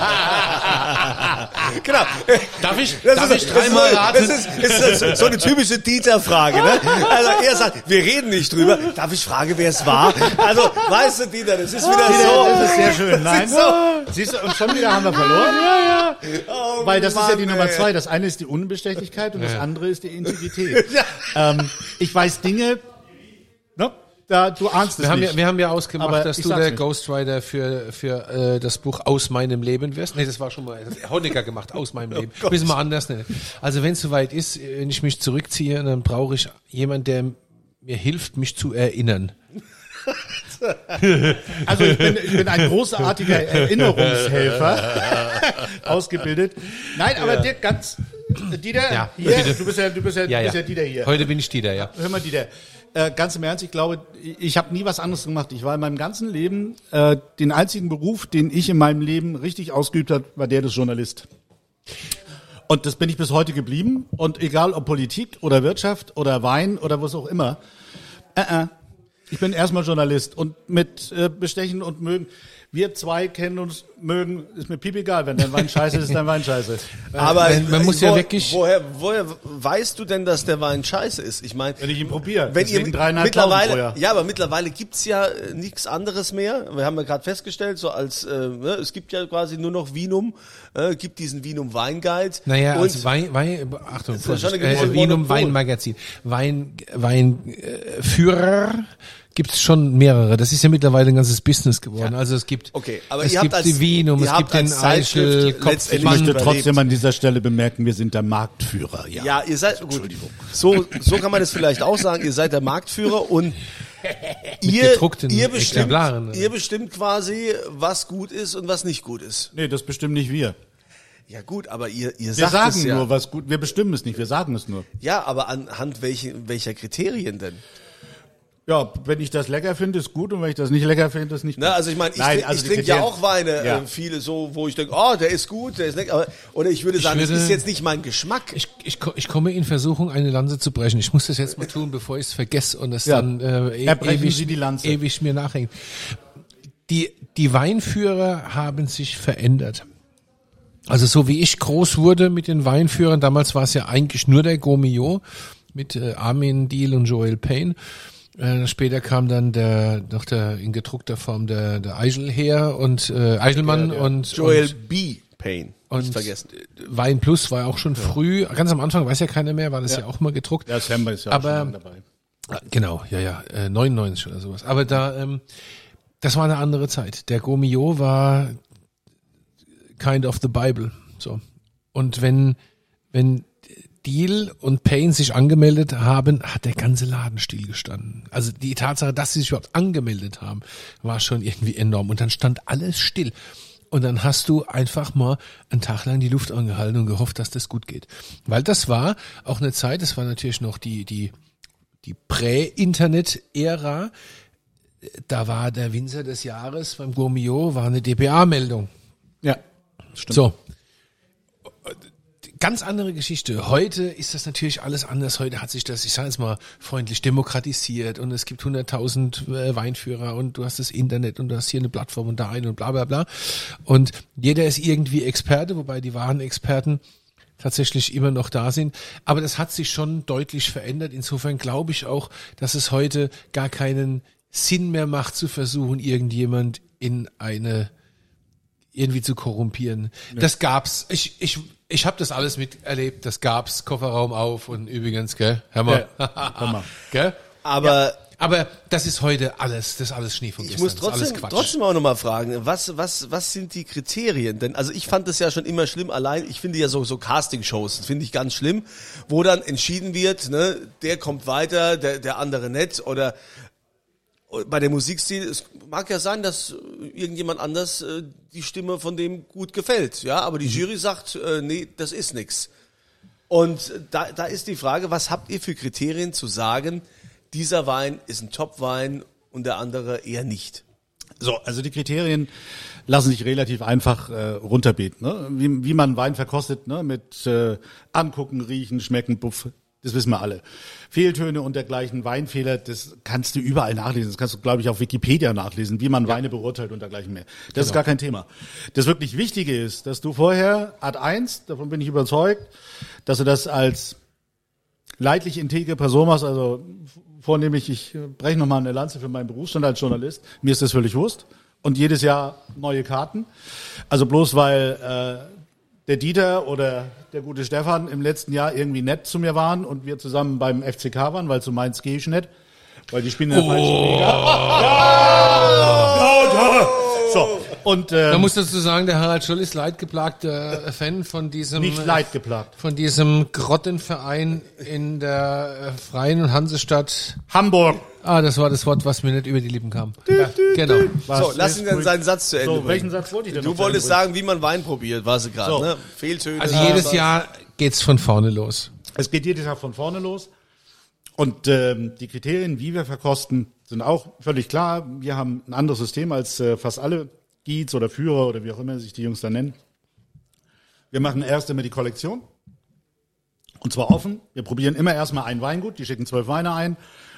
Genau. Darf ich, Das darf ist, ich dreimal das raten? ist, das ist, das ist so eine typische Dieter-Frage. Ne? Also er sagt, wir reden nicht drüber. Darf ich fragen, wer es war? Also, weißt du, Dieter, das ist wieder so. Das ist sehr schön. Nein. ist so. Siehst du, und schon wieder haben wir verloren. Ja, ja. Oh, Weil das ist ja die Mann, Nummer ey. zwei. Das eine ist die Unbestechlichkeit und das andere ist die Integrität. ähm, ich weiß Dinge, ne? Da, du ahnst es Wir haben, nicht. ja, wir haben ja ausgemacht, Aber dass ich du sag's der nicht. Ghostwriter für, für äh, das Buch Aus meinem Leben wirst. Nee, das war schon mal, das hat Honecker gemacht, Aus meinem Leben. Gott. Müssen wir anders nennen. Also wenn es soweit ist, wenn ich mich zurückziehe, dann brauche ich jemanden, der mir hilft, mich zu erinnern. Also ich bin, ich bin ein großartiger Erinnerungshelfer, ausgebildet. Nein, aber Dirk, ganz, Dieter, Ja, hier, bitte. du bist ja, du bist ja, Ja, du bist ja. ja Dieter hier. Heute bin ich Dieter, ja. Hör mal, Dieter, äh, ganz im Ernst, ich glaube, ich habe nie was anderes gemacht. Ich war in meinem ganzen Leben, äh, den einzigen Beruf, den ich in meinem Leben richtig ausgeübt habe, war der des Journalist. Und das bin ich bis heute geblieben. Und egal ob Politik oder Wirtschaft oder Wein oder was auch immer, äh, äh, Ich bin erstmal Journalist und mit äh, Bestechen und Mögen. Wir zwei kennen uns, mögen, ist mir piep egal. Wenn dein Wein scheiße ist, ist dein Wein scheiße. Aber man- man muss ja wo, wirklich- Woher, woher weißt du denn, dass der Wein scheiße ist? Ich meine, Wenn ich ihn probiere, wenn ihr deswegen dreieinhalbtausend pro mittlerweile, Jahr. ja, aber mittlerweile gibt's ja äh, nichts anderes mehr. Wir haben ja gerade festgestellt, so als äh, ne, es gibt ja quasi nur noch Vinum, äh, gibt diesen Vinum Weinguide. Naja, und als Wein, Wein, Achtung, ist ja schon eine Vorsicht, gewisse äh, Vinum Monopol. Weinmagazin. Wein, Weinführer äh, gibt's schon mehrere. Das ist ja mittlerweile ein ganzes Business geworden. Also es gibt, Okay, aber es ihr habt gibt als- die Vinum, ihr es habt gibt den als Zeitschrift Eichel, letztendlich Ich Wann möchte überlebt. trotzdem an dieser Stelle bemerken, wir sind der Marktführer. Ja. Ja, ihr seid gut. So, so kann man es vielleicht auch sagen. Ihr seid der Marktführer und ihr, gedruckten ihr bestimmt, Exemplaren. ihr bestimmt quasi, was gut ist und was nicht gut ist. Nee, das bestimmen nicht wir. Ja gut, aber ihr, ihr Wir sagt sagen es ja. nur, was gut, wir bestimmen es nicht, wir sagen es nur. Ja, aber anhand welche, welcher Kriterien denn? Ja, wenn ich das lecker finde, ist gut und wenn ich das nicht lecker finde, ist nicht gut. Na, also ich meine, ich, Nein, trink- also ich die trinke ja Kriterien- auch Weine, Ja. äh, viele so, wo ich denke, oh, der ist gut, der ist lecker. Aber, oder ich würde sagen, würde- das ist jetzt nicht mein Geschmack. Ich, ich, ko- ich komme in Versuchung, eine Lanze zu brechen. Ich muss das jetzt mal tun, bevor ich es vergesse und es Ja. dann äh, e- Erbrechen ewig, Sie die Lanze. ewig mir nachhängt. Die, die Weinführer haben sich verändert. Also so wie ich groß wurde mit den Weinführern, damals war es ja eigentlich nur der Gaumillot mit äh, Armin Diehl und Joel Payne. Äh, später kam dann der, noch der in gedruckter Form der, der Eichel her und äh, Eichelmann und Joel und, B. Payne, und nicht vergessen. Wein Plus war auch schon früh, ganz am Anfang weiß ja keiner mehr, war das ja, auch mal gedruckt. Ja, Sam ist ja auch Aber- schon lange dabei. Ah, Genau, ja, ja, äh, neunundneunzig oder sowas. Aber da, ähm, das war eine andere Zeit. Der Gaumillot war kind of the Bible. So. Und wenn, wenn Deal und Payne sich angemeldet haben, hat der ganze Laden stillgestanden. Also die Tatsache, dass sie sich überhaupt angemeldet haben, war schon irgendwie enorm. Und dann stand alles still. Und dann hast du einfach mal einen Tag lang die Luft angehalten und gehofft, dass das gut geht. Weil das war auch eine Zeit, das war natürlich noch die, die, die Prä-Internet-Ära. Da war der Winzer des Jahres beim Gaumillot, war eine D P A-Meldung. Ja, stimmt. So. Ganz andere Geschichte. Heute ist das natürlich alles anders. Heute hat sich das, ich sage jetzt mal, freundlich demokratisiert und es gibt hunderttausend äh, Weinführer und du hast das Internet und du hast hier eine Plattform und da eine und bla bla bla. Und jeder ist irgendwie Experte, wobei die wahren Experten tatsächlich immer noch da sind. Aber das hat sich schon deutlich verändert. Insofern glaube ich auch, dass es heute gar keinen Sinn mehr macht, zu versuchen, irgendjemand in eine irgendwie zu korrumpieren. Das gab's. Ich ich ich habe das alles miterlebt. Das gab's. Kofferraum auf und übrigens, gell, hör mal, hör mal. gell. Aber Aber das ist heute alles. Das ist alles Schnee von ich gestern. muss das ist alles trotzdem, Quatsch. trotzdem auch nochmal fragen, was, was, was sind die Kriterien? Denn, also ich fand das ja schon immer schlimm, allein, ich finde ja so, so Castingshows, das finde ich ganz schlimm, wo dann entschieden wird, ne, der kommt weiter, der, der andere nicht, oder bei dem Musikstil, es mag ja sein, dass irgendjemand anders äh, die Stimme von dem gut gefällt, ja, aber die Jury sagt, äh, nee, das ist nix. Und da, da ist die Frage, was habt ihr für Kriterien zu sagen, dieser Wein ist ein Top-Wein und der andere eher nicht? So, also die Kriterien lassen sich relativ einfach äh, runterbeten. Ne? Wie, wie man Wein verkostet, ne? Mit äh, angucken, riechen, schmecken, puff, das wissen wir alle. Fehltöne und dergleichen, Weinfehler, das kannst du überall nachlesen. Das kannst du, glaube ich, auf Wikipedia nachlesen, wie man Weine beurteilt und dergleichen mehr. Das ist gar kein Thema. Das wirklich Wichtige ist, dass du vorher, Art eins, davon bin ich überzeugt, dass du das als leidlich integre Person machst, also vornehmlich, ich breche nochmal eine Lanze für meinen Berufsstand als Journalist, mir ist das völlig wurscht. Und jedes Jahr neue Karten. Also bloß weil äh, der Dieter oder der gute Stefan im letzten Jahr irgendwie nett zu mir waren und wir zusammen beim F C K waren, weil zu Mainz gehe ich nicht, weil die spielen in der falschen Liga. Ja, ja. So, und Da ähm, muss dazu sagen, der Harald Scholl ist leidgeplagter Fan von diesem nicht leidgeplagt. von diesem Grottenverein in der äh, Freien Hansestadt. Hamburg. Ah, das war das Wort, was mir nicht über die Lippen kam. Ja, genau. So, lass ihn dann seinen Satz zu Ende So, bringen. welchen Satz wollte ich denn Du noch zu wolltest Ende bringen? sagen, wie man Wein probiert, warst du gerade, So. ne? Fehltöne. Also jedes Jahr geht's von vorne los. Es geht jedes Jahr von vorne los. Und ähm, die Kriterien, wie wir verkosten, sind auch völlig klar. Wir haben ein anderes System als äh, fast alle Guides oder Führer oder wie auch immer sich die Jungs da nennen. Wir machen erst immer die Kollektion. Und zwar offen. Wir probieren immer erstmal ein Weingut. Die schicken zwölf Weine ein.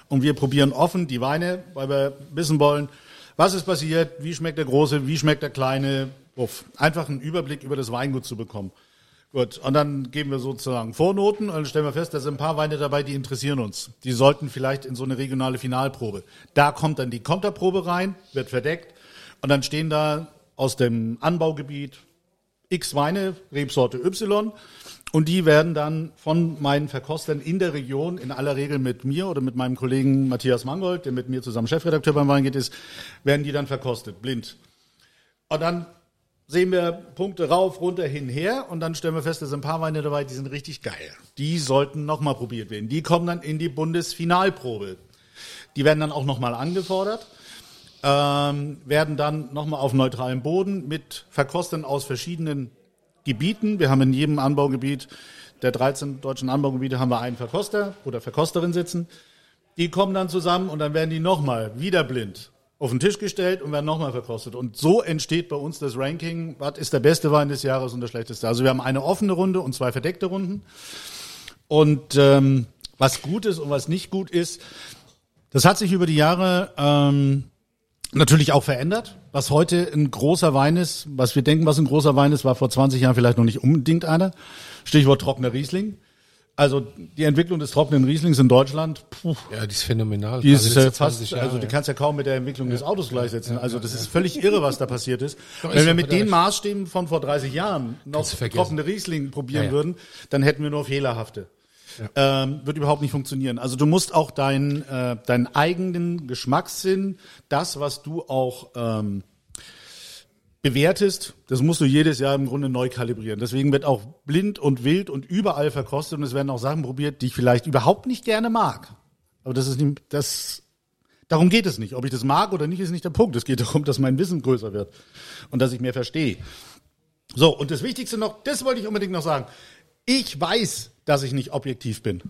und wir probieren offen die Weine, weil wir wissen wollen, was ist passiert, wie schmeckt der große, wie schmeckt der kleine, uff, einfach einen Überblick über das Weingut zu bekommen. Gut, und dann geben wir sozusagen Vornoten und dann stellen wir fest, da sind ein paar Weine dabei, die interessieren uns. Die sollten vielleicht in so eine regionale Finalprobe. Da kommt dann die Konterprobe rein, wird verdeckt und dann stehen da aus dem Anbaugebiet X Weine, Rebsorte Y, und die werden dann von meinen Verkostern in der Region, in aller Regel mit mir oder mit meinem Kollegen Matthias Mangold, der mit mir zusammen Chefredakteur beim Weingut ist, werden die dann verkostet, blind. Und dann sehen wir Punkte rauf, runter, hin, her und dann stellen wir fest, da sind ein paar Weine dabei, die sind richtig geil. Die sollten nochmal probiert werden. Die kommen dann in die Bundesfinalprobe. Die werden dann auch nochmal angefordert, ähm, werden dann nochmal auf neutralem Boden mit Verkostern aus verschiedenen Gebieten. Wir haben in jedem Anbaugebiet der dreizehn deutschen Anbaugebiete haben wir einen Verkoster oder Verkosterin sitzen. Die kommen dann zusammen und dann werden die nochmal wieder blind auf den Tisch gestellt und werden nochmal verkostet. Und so entsteht bei uns das Ranking, was ist der beste Wein des Jahres und der schlechteste. Also wir haben eine offene Runde und zwei verdeckte Runden. Und ähm, was gut ist und was nicht gut ist, das hat sich über die Jahre ähm, natürlich auch verändert. Was heute ein großer Wein ist, was wir denken, was ein großer Wein ist, war vor zwanzig Jahren vielleicht noch nicht unbedingt einer. Stichwort trockener Riesling. Also die Entwicklung des trockenen Rieslings in Deutschland, puh, Ja, die ist phänomenal. die ist Also äh, letzte fast, zwanzig Jahre, also die ja. kannst ja kaum mit der Entwicklung des Autos gleichsetzen. Ja, Also ja, das ja. ist völlig irre, was da passiert ist. Doch, Wenn ist wir doch mit wieder den recht. Maßstäben von vor dreißig Jahren noch Kannst du vergessen. trockene Riesling probieren Ja, ja. würden, dann hätten wir nur fehlerhafte. Ähm, wird überhaupt nicht funktionieren. Also du musst auch deinen äh, deinen eigenen Geschmackssinn, das, was du auch ähm, bewertest, das musst du jedes Jahr im Grunde neu kalibrieren. Deswegen wird auch blind und wild und überall verkostet und es werden auch Sachen probiert, die ich vielleicht überhaupt nicht gerne mag. Aber das ist nicht, das, darum geht es nicht. Ob ich das mag oder nicht, ist nicht der Punkt. Es geht darum, dass mein Wissen größer wird und dass ich mehr verstehe. So, und das Wichtigste noch, das wollte ich unbedingt noch sagen. Ich weiß, dass ich nicht objektiv bin.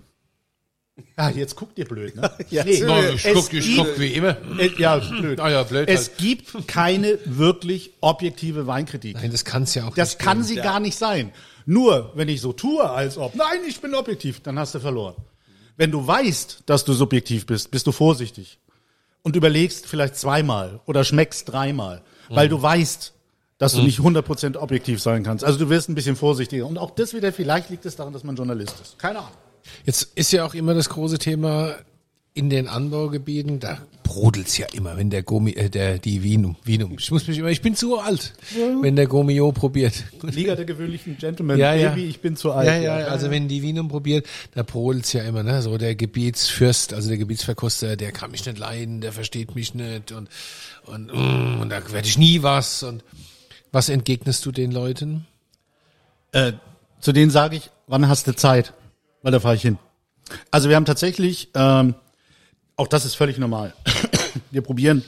Ah, jetzt guckt ihr blöd, ne? Ja, Nee, No, ich es guck, ich gibt- guck wie immer. äh, Ja, blöd. Ah ja, blöd Es halt. gibt keine wirklich objektive Weinkritik. Nein, das kann's ja auch Das nicht kann geben. sie gar nicht sein. Nur, wenn ich so tue, als ob, nein, ich bin objektiv, dann hast du verloren. Wenn du weißt, dass du subjektiv bist, bist du vorsichtig und überlegst vielleicht zweimal oder schmeckst dreimal, weil Mhm. du weißt, dass du nicht hundert Prozent objektiv sein kannst. Also du wirst ein bisschen vorsichtiger. Und auch das wieder, vielleicht liegt es daran, dass man Journalist ist. Keine Ahnung. Jetzt ist ja auch immer das große Thema in den Anbaugebieten, da brodelt's ja immer, wenn der Gomi, äh, der, die Vinum, Vinum, ich muss mich immer, ich bin zu alt, wenn der Gomio probiert. Liga der gewöhnlichen Gentleman, Ja, ja. Baby, ich bin zu alt. Ja, ja, also wenn die Vinum probiert, da brodelt's ja immer, ne, so der Gebietsfürst, also der Gebietsverkoster, der kann mich nicht leiden, der versteht mich nicht und, und, mm, und da werde ich nie was und was entgegnest du den Leuten? Äh, zu denen sage ich, wann hast du Zeit? Weil da fahre ich hin. Also wir haben tatsächlich, ähm, auch das ist völlig normal. Wir probieren,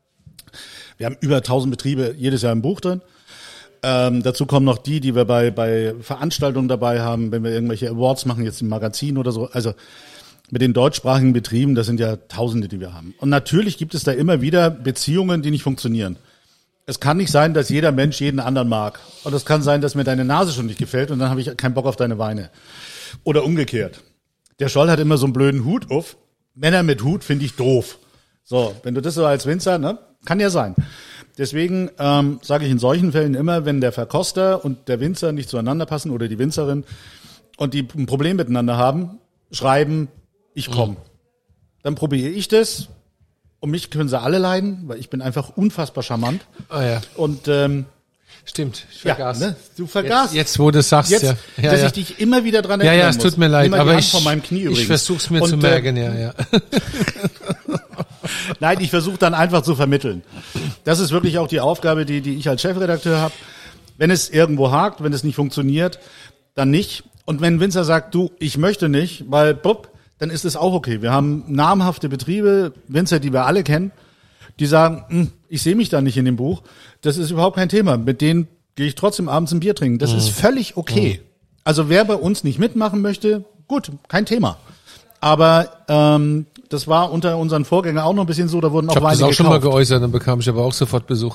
wir haben über tausend Betriebe jedes Jahr im Buch drin. Ähm, dazu kommen noch die, die wir bei, bei Veranstaltungen dabei haben, wenn wir irgendwelche Awards machen, jetzt im Magazin oder so. Also mit den deutschsprachigen Betrieben, das sind ja Tausende, die wir haben. Und natürlich gibt es da immer wieder Beziehungen, die nicht funktionieren. Es kann nicht sein, dass jeder Mensch jeden anderen mag. Und es kann sein, dass mir deine Nase schon nicht gefällt und dann habe ich keinen Bock auf deine Weine. Oder umgekehrt. Der Scholl hat immer so einen blöden Hut auf. Männer mit Hut finde ich doof. So, wenn du das so als Winzer, ne, kann ja sein. Deswegen ähm, sage ich in solchen Fällen immer, wenn der Verkoster und der Winzer nicht zueinander passen oder die Winzerin und die ein Problem miteinander haben, schreiben, ich komme. Dann probiere ich das. Um mich können sie alle leiden, weil ich bin einfach unfassbar charmant. Ah ja, Und ähm, stimmt, ich ja, vergaß. ne, du vergaßt. Jetzt, jetzt wo du sagst, Jetzt, ja. ja, dass ja. ich dich immer wieder dran Ja, erinnern ja, es muss. tut mir leid, Nimm mal die aber Hand ich, von meinem Knie ich übrigens. versuch's mir Und, zu äh, merken, ja, ja. Nein, ich versuche dann einfach zu vermitteln. Das ist wirklich auch die Aufgabe, die, die ich als Chefredakteur habe. Wenn es irgendwo hakt, wenn es nicht funktioniert, dann nicht. Und wenn ein Winzer sagt, du, ich möchte nicht, weil, bupp, dann ist es auch okay. Wir haben namhafte Betriebe, Winzer, die wir alle kennen, die sagen, hm, ich sehe mich da nicht in dem Buch. Das ist überhaupt kein Thema. Mit denen gehe ich trotzdem abends ein Bier trinken. Das ist völlig okay. Also wer bei uns nicht mitmachen möchte, gut, kein Thema. Aber ähm, Das war unter unseren Vorgängern auch noch ein bisschen so, da wurden auch Ich habe Weine das auch gekauft. schon mal geäußert, dann bekam ich aber auch sofort Besuch.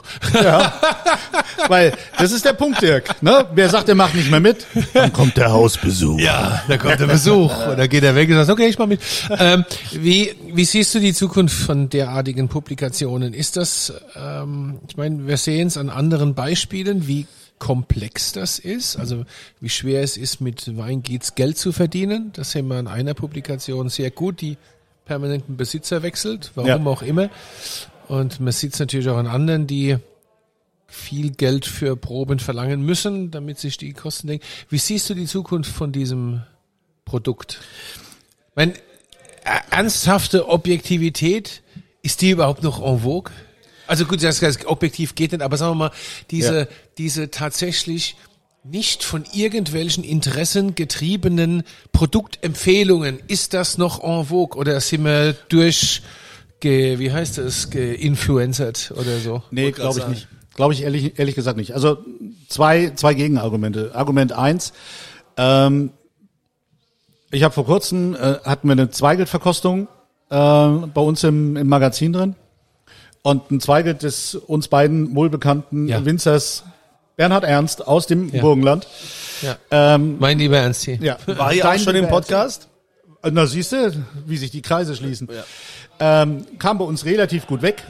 Weil, das ist der Punkt, Dirk. Ne? Wer sagt, er macht nicht mehr mit, dann kommt der Hausbesuch. Ja, da kommt der Besuch und dann geht er weg und sagt, okay, ich mach mit. Ähm, wie, wie siehst du die Zukunft von derartigen Publikationen? Ist das, ähm, ich meine, wir sehen es an anderen Beispielen, wie komplex das ist, also wie schwer es ist, mit Weingiets Geld zu verdienen. Das sehen wir an einer Publikation sehr gut, die permanenten Besitzer wechselt, warum Ja. auch immer. Und man sieht es natürlich auch an anderen, die viel Geld für Proben verlangen müssen, damit sich die Kosten denken. Wie siehst du die Zukunft von diesem Produkt? Ich meine, ernsthafte Objektivität, ist die überhaupt noch en vogue? Also gut, das heißt, objektiv geht nicht, aber sagen wir mal, diese, Ja. diese tatsächlich nicht von irgendwelchen Interessen getriebenen Produktempfehlungen, ist das noch en vogue oder sind wir durch, ge, wie heißt das, geinfluencert oder so? Nee, Wollte grad glaube ich sagen. nicht. Glaube ich ehrlich, ehrlich gesagt nicht. Also zwei, zwei Gegenargumente. Argument eins, ähm, ich habe vor kurzem, äh, hatten wir eine Zweigelt-Verkostung äh, bei uns im, im Magazin drin. Und ein Zweigelt des uns beiden wohlbekannten Ja. Winzers Bernhard Ernst aus dem Ja. Burgenland. Ja. Ähm, Mein lieber Ernst hier. ja, War hier auch Dein schon im lieber Podcast? Ernst. Na siehst du, wie sich die Kreise schließen. Ähm, kam bei uns relativ gut weg,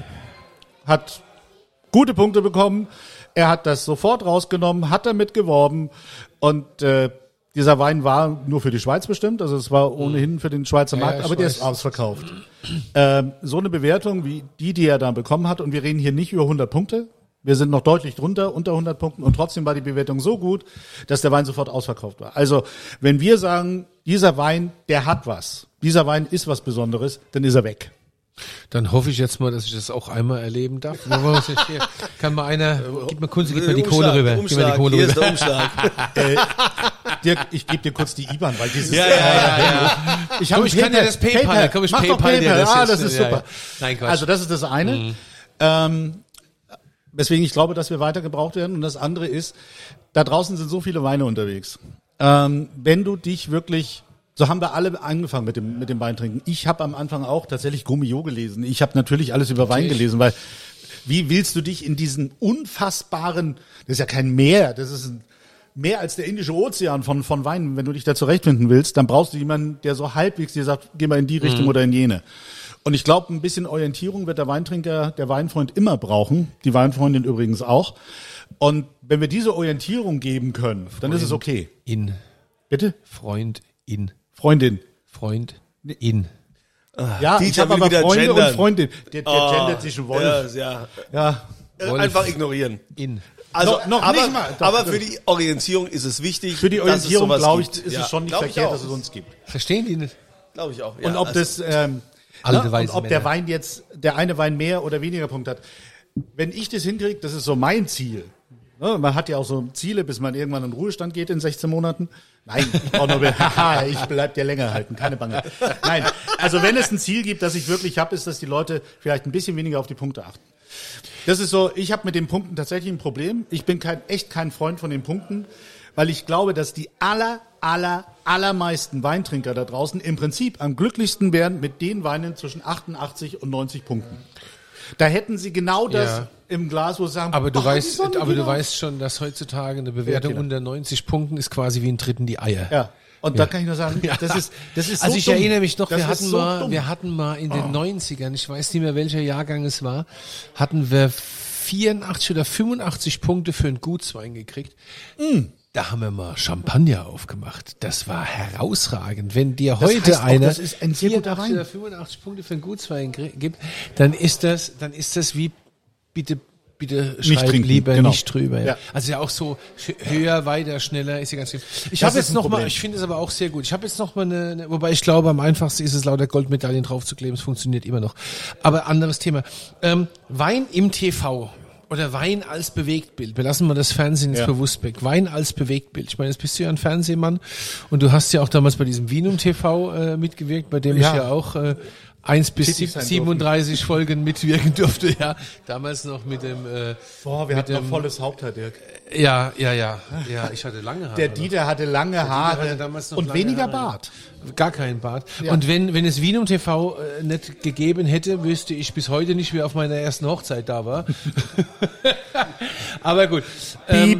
hat gute Punkte bekommen. Er hat das sofort rausgenommen, hat damit geworben und äh, dieser Wein war nur für die Schweiz bestimmt, also es war ohnehin für den Schweizer Ja, Markt, ich aber der weiß. ist ausverkauft. Ähm, so eine Bewertung wie die, die er da bekommen hat, und wir reden hier nicht über hundert Punkte, wir sind noch deutlich drunter, unter hundert Punkten, und trotzdem war die Bewertung so gut, dass der Wein sofort ausverkauft war. Also wenn wir sagen, dieser Wein, der hat was, dieser Wein ist was Besonderes, dann ist er weg. Dann hoffe ich jetzt mal, dass ich das auch einmal erleben darf. Wo wollen wir uns jetzt hier? Kann mal einer, gib mal Kunze, gib mal die Kohle Umschlag, rüber. Gib mal Umschlag, die Kohle hier ist rüber. der Umschlag. Äh, Dirk, ich gebe dir kurz die I B A N, weil dieses Ja, ja, ja, ja. Ich, hab Komm, ich kann dir das PayPal, komm, ich Mach doch PayPal dir PayPal. das Ah, jetzt. das ist Ja, super. ja. Nein, Quatsch. Also das ist das eine. Ähm, weswegen ich glaube, dass wir weiter gebraucht werden. Und das andere ist, da draußen sind so viele Weine unterwegs. Ähm, wenn du dich wirklich, so haben wir alle angefangen mit dem mit dem Weintrinken. Ich habe am Anfang auch tatsächlich Gummio gelesen. Ich habe natürlich alles über Wein gelesen, weil wie willst du dich in diesen unfassbaren, das ist ja kein Meer, das ist ein mehr als der Indische Ozean von, von Weinen. Wenn du dich da zurechtfinden willst, dann brauchst du jemanden, der so halbwegs dir sagt, geh mal in die Richtung oder in jene. Und ich glaube, ein bisschen Orientierung wird der Weintrinker, der Weinfreund immer brauchen. Die Weinfreundin übrigens auch. Und wenn wir diese Orientierung geben können, dann ist es okay. In. Bitte? Freund, in. Freundin. Freund, in. Ja, Dieter ich habe will aber wieder Freunde gendern. und Freundin. Der, der Oh, gendert sich ein Wolf. Ja, Ja. ja. Wolf. Einfach ignorieren. In. Also, Noch- noch aber, nicht mal. Doch, aber doch. für die Orientierung ist es wichtig. Für die dass es Orientierung, sowas glaube ich, gibt. ist Ja, es schon nicht glaub ich verkehrt, auch. dass es uns gibt. Verstehen die nicht? Glaube ich auch. Ja, Und ob also, das, ähm, Alte ne, und weise ob der Männer. Wein jetzt, der eine Wein mehr oder weniger Punkte hat. Wenn ich das hinkriege, das ist so mein Ziel. Ne, man hat ja auch so Ziele, bis man irgendwann in den Ruhestand geht in sechzehn Monaten. Nein, ich brauche nur, haha, ich bleib dir länger halten, keine Bange. Nein, also wenn es ein Ziel gibt, das ich wirklich habe, ist, dass die Leute vielleicht ein bisschen weniger auf die Punkte achten. Das ist so, ich habe mit den Punkten tatsächlich ein Problem. Ich bin kein, echt kein Freund von den Punkten, weil ich glaube, dass die aller, aller, allermeisten Weintrinker da draußen im Prinzip am glücklichsten wären mit den Weinen zwischen achtundachtzig und neunzig Punkten. Da hätten sie genau das Ja. im Glas, wo sie sagen, Aber du oh, die weißt, Sonne aber du geht auf. weißt schon, dass heutzutage eine Bewertung Ja, genau. unter neunzig Punkten ist quasi wie ein Dritten die Eier. Ja. Und da kann ich nur sagen, das ist, das ist so Also ich dumm. erinnere mich noch, Das wir ist hatten so mal, dumm. wir hatten mal in den neunzigern, ich weiß nicht mehr welcher Jahrgang es war, hatten wir vierundachtzig oder fünfundachtzig Punkte für einen Gutswein gekriegt. Mm. Da haben wir mal Champagner aufgemacht. Das war herausragend. Wenn dir Das heute heißt auch, einer das ist ein sehr guter vierundachtzig Wein. oder fünfundachtzig Punkte für einen Gutswein gr- gibt, dann ist das, dann ist das wie, bitte, bitte Nicht schreib trinken, lieber genau. nicht drüber. Ja. Ja. Also ja auch so sch- höher, weiter, schneller ist ja ganz viel. Ich Das habe ist jetzt ein noch mal, Problem. ich finde es aber auch sehr gut. Ich habe jetzt noch mal eine, eine, wobei ich glaube, am einfachsten ist es lauter Goldmedaillen draufzukleben. Es funktioniert immer noch. Aber anderes Thema. Ähm, Wein im T V. Oder Wein als Bewegtbild. Wir lassen mal das Fernsehen ins Ja. Bewusst weg. Wein als Bewegtbild. Ich meine, jetzt bist du ja ein Fernsehmann und du hast ja auch damals bei diesem Vinum T V äh, mitgewirkt, bei dem Ja. ich ja auch äh, eins bis Tätig sieb- sein siebenunddreißig Folgen mitwirken durfte, ja. Damals noch mit dem, äh, Boah, wir hatten dem- noch volles Haupt, Herr Dirk. ja, ja, ja, ja, ich hatte lange Haare. Der Dieter hatte lange Haare hatte damals noch und lange weniger Haare. Bart. Gar keinen Bart. Ja. Und wenn, wenn es Vinum T V äh, nicht gegeben hätte, wüsste ich bis heute nicht, wer auf meiner ersten Hochzeit da war. Aber gut. Ähm,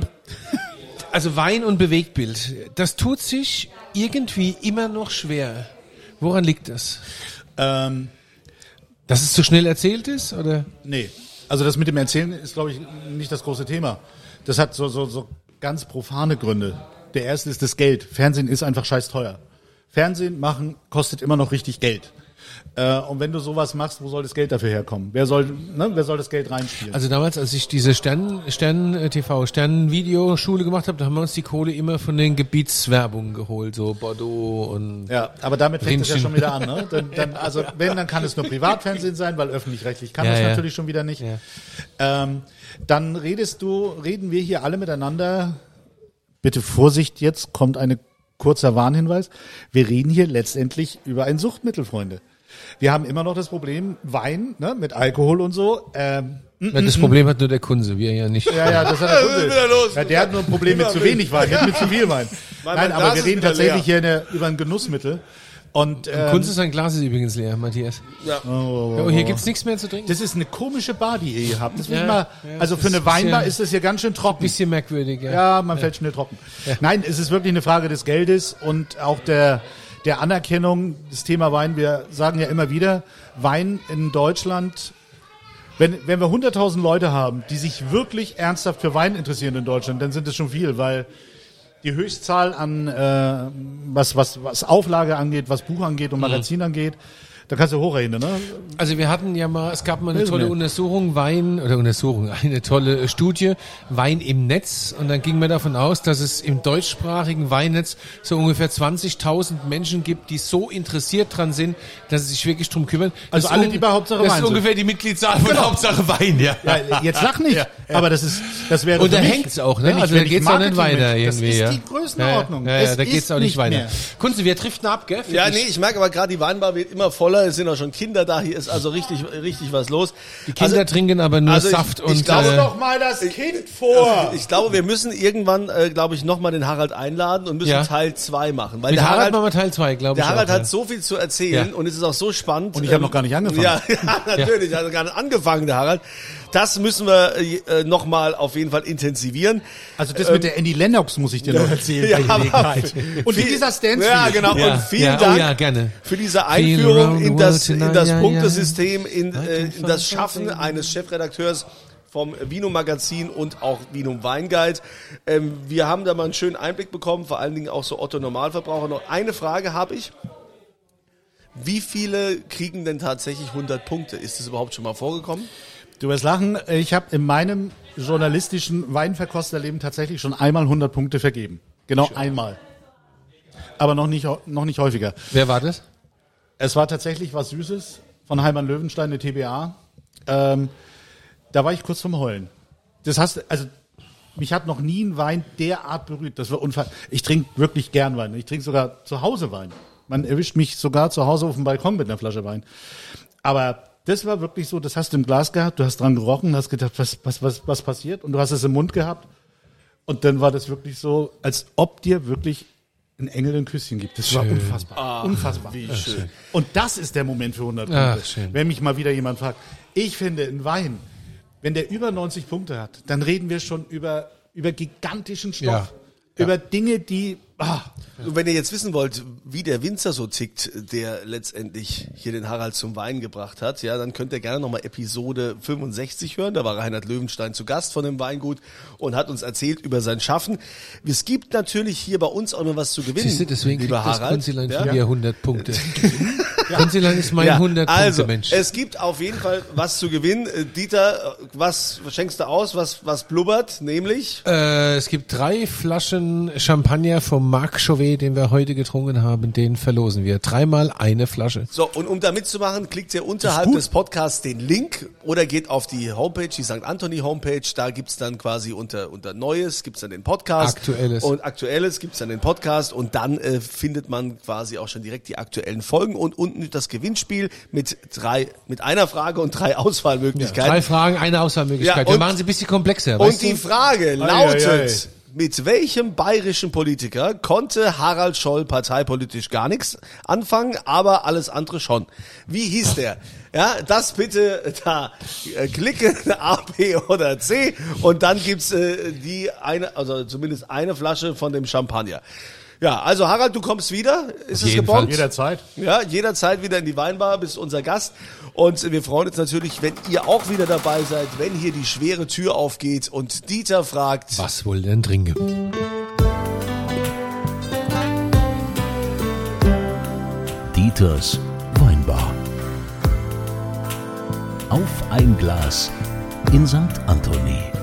also Wein und Bewegtbild, das tut sich irgendwie immer noch schwer. Woran liegt das? Ähm, Dass es zu schnell erzählt ist, oder? nee, also das mit dem Erzählen ist, glaube ich, nicht das große Thema. Das hat so, so, so ganz profane Gründe. Der erste ist das Geld. Fernsehen ist einfach scheiß teuer. Fernsehen machen kostet immer noch richtig Geld. Äh, und wenn du sowas machst, wo soll das Geld dafür herkommen? Wer soll, ne, wer soll das Geld reinspielen? Also damals, als ich diese Sternen, Sternen T V, Sternen-Videoschule gemacht habe, da haben wir uns die Kohle immer von den Gebietswerbungen geholt, so Bordeaux und... ja, aber damit fängt es ja Rinnchen. schon wieder an. Ne? Dann, dann, also wenn, dann kann es nur Privatfernsehen sein, weil öffentlich-rechtlich kann Ja, das ja. natürlich schon wieder nicht. Ja. Ähm, dann redest du, reden wir hier alle miteinander. Bitte Vorsicht, jetzt kommt ein kurzer Warnhinweis. Wir reden hier letztendlich über ein Suchtmittel, Freunde. Wir haben immer noch das Problem Wein, ne, mit Alkohol und so. Ähm, Ja, das Problem hat nur der Kunze, wir ja nicht. ja, ja, das hat der Kunde. wieder los. Ja, der hat nur ein Problem mit zu wenig Wein, nicht mit zu viel Wein. Mein- Nein, mein aber Glas wir ist reden wieder tatsächlich leer. hier eine, über ein Genussmittel. Und ähm, Kunze, sein Glas ist übrigens leer, Matthias. Ja. Oh, hier gibt's nichts mehr zu trinken. das ist eine komische Bar, die ihr hier habt. Das will Ja, ich mal, ja, also das für eine ist Weinbar bisschen- ist das hier ganz schön trocken. Bisschen merkwürdig, ja. Ja, man fällt schnell trocken. Nein, es ist wirklich eine Frage des Geldes und auch der, der Anerkennung des Thema Wein. Wir sagen ja immer wieder, Wein in Deutschland, wenn, wenn wir hunderttausend Leute haben, die sich wirklich ernsthaft für Wein interessieren in Deutschland, dann sind es schon viel, weil die Höchstzahl an, äh, was, was, was Auflage angeht, was Buch angeht und Magazin angeht, da kannst du hochrechnen, ne? Also wir hatten ja mal, es gab mal eine Wissen tolle wir. Untersuchung, Wein, oder Untersuchung, eine tolle Studie, Wein im Netz. Und dann ging man davon aus, dass es im deutschsprachigen Weinnetz so ungefähr zwanzigtausend Menschen gibt, die so interessiert dran sind, dass sie sich wirklich drum kümmern. Das Also ist alle, un- die bei Hauptsache Das Wein ist sind. ungefähr die Mitgliedszahl von Hauptsache Wein, ja. Ja, jetzt lach nicht, aber das ist, das wäre Und da für mich, hängt's auch, ne? wenn ich- Also wenn da ich geht's auch nicht Marketing weiter bin, irgendwie, Das ja. ist die Größenordnung. Ja, ja, ja, Es da geht's ist auch nicht weiter. mehr. Kunze, wir driften ab, gell? Ja, nee, ich merke aber gerade, die Weinbar wird immer voller, es sind auch schon Kinder da, hier ist also richtig, richtig was los. Die Kinder trinken aber nur also ich- Saft ich und... glaube äh, doch mal das Kind vor. Ich glaube, wir müssen irgendwann, äh, glaube ich, nochmal den Harald einladen und müssen Ja. Teil zwei machen. Weil mit der Harald Harald, machen wir Teil zwei, glaube ich. der Harald auch, hat ja. so viel zu erzählen Ja. und es ist auch so spannend. Und ich habe noch gar nicht angefangen. Ja, ja natürlich, er hat gar nicht angefangen, der Harald. Das müssen wir äh, nochmal auf jeden Fall intensivieren. Also das mit der Andy Lennox muss ich dir noch erzählen. Ja, bei aber- Gelegenheit. Und mit dieser Stance. Ja, genau. Ja, Und vielen ja, Dank oh ja, gerne. für diese Feel Einführung around the in das, world in tonight, das ja, Punktesystem, in, ja. äh, in das Schaffen eines Chefredakteurs vom Vino Magazin und auch Vino Weinguide. Ähm, wir haben da mal einen schönen Einblick bekommen, vor allen Dingen auch so Otto Normalverbraucher. Noch eine Frage habe ich. Wie viele kriegen denn tatsächlich hundert Punkte? Ist das überhaupt schon mal vorgekommen? Du wirst lachen, ich habe in meinem journalistischen Weinverkosterleben tatsächlich schon einmal hundert Punkte vergeben. Genau einmal. Aber noch nicht, noch nicht häufiger. Wer war das? Es war tatsächlich was Süßes von Heimann Löwenstein, eine T B A. Ähm, da war ich kurz vom Heulen. Das hast, also mich hat noch nie ein Wein derart berührt. Das war unfassbar. Ich trinke wirklich gern Wein. Ich trinke sogar zu Hause Wein. Man erwischt mich sogar zu Hause auf dem Balkon mit einer Flasche Wein. Aber das war wirklich so, das hast du im Glas gehabt, du hast dran gerochen, hast gedacht, was, was, was, was passiert? Und du hast es im Mund gehabt. Und dann war das wirklich so, als ob dir wirklich ein Engel ein Küsschen gibt. Das war unfassbar. unfassbar. Wie schön. Und das ist der Moment für hundert Ach, Punkte. schön. Wenn mich mal wieder jemand fragt. Ich finde, ein Wein, wenn der über neunzig Punkte hat, dann reden wir schon über, über gigantischen Stoff. Ja. Über Dinge, die, ah, Und wenn ihr jetzt wissen wollt, wie der Winzer so tickt, der letztendlich hier den Harald zum Wein gebracht hat, ja, dann könnt ihr gerne nochmal Episode fünfundsechzig hören. Da war Reinhard Löwenstein zu Gast von dem Weingut und hat uns erzählt über sein Schaffen. Es gibt natürlich hier bei uns auch noch was zu gewinnen, Siehst du, deswegen kriegt lieber das Harald. Kunzilein Ja? von mir hundert Punkte. Kunzilein ist mein Ja, hundert-Punkte-Mensch. also, es gibt auf jeden Fall was zu gewinnen. Äh, Dieter, äh, was schenkst du aus? Was, was blubbert? Nämlich? Äh, es gibt drei Flaschen Champagner vom Marc Chauvet, den wir heute getrunken haben, den verlosen wir. Dreimal eine Flasche. So, und um da mitzumachen, klickt ihr unterhalb des Podcasts den Link oder geht auf die Homepage, die Sankt Anthony Homepage. Da gibt's dann quasi unter, unter Neues, gibt's dann den Podcast. Aktuelles. Und Aktuelles gibt's dann den Podcast. Und dann äh, findet man quasi auch schon direkt die aktuellen Folgen. Und unten kommt das Gewinnspiel mit drei, mit einer Frage und drei Auswahlmöglichkeiten. Drei Fragen, eine Auswahlmöglichkeit. Ja, Wir und- machen sie ein bisschen komplexer. Und weißt die du? Frage lautet, ei, ei. mit welchem bayerischen Politiker konnte Harald Scholl parteipolitisch gar nichts anfangen, aber alles andere schon? Wie hieß der? Ja, das bitte da äh, klicken, A, B oder C, und dann gibt's äh, die eine, also zumindest eine Flasche von dem Champagner. Ja, also Harald, du kommst wieder. Ist es jeden gebombt? Fall. Jederzeit. Ja, jederzeit wieder in die Weinbar, bist unser Gast. Und wir freuen uns natürlich, wenn ihr auch wieder dabei seid, wenn hier die schwere Tür aufgeht und Dieter fragt, Was wohl denn trinken? Dieters Weinbar. Auf ein Glas in Sankt Anthony.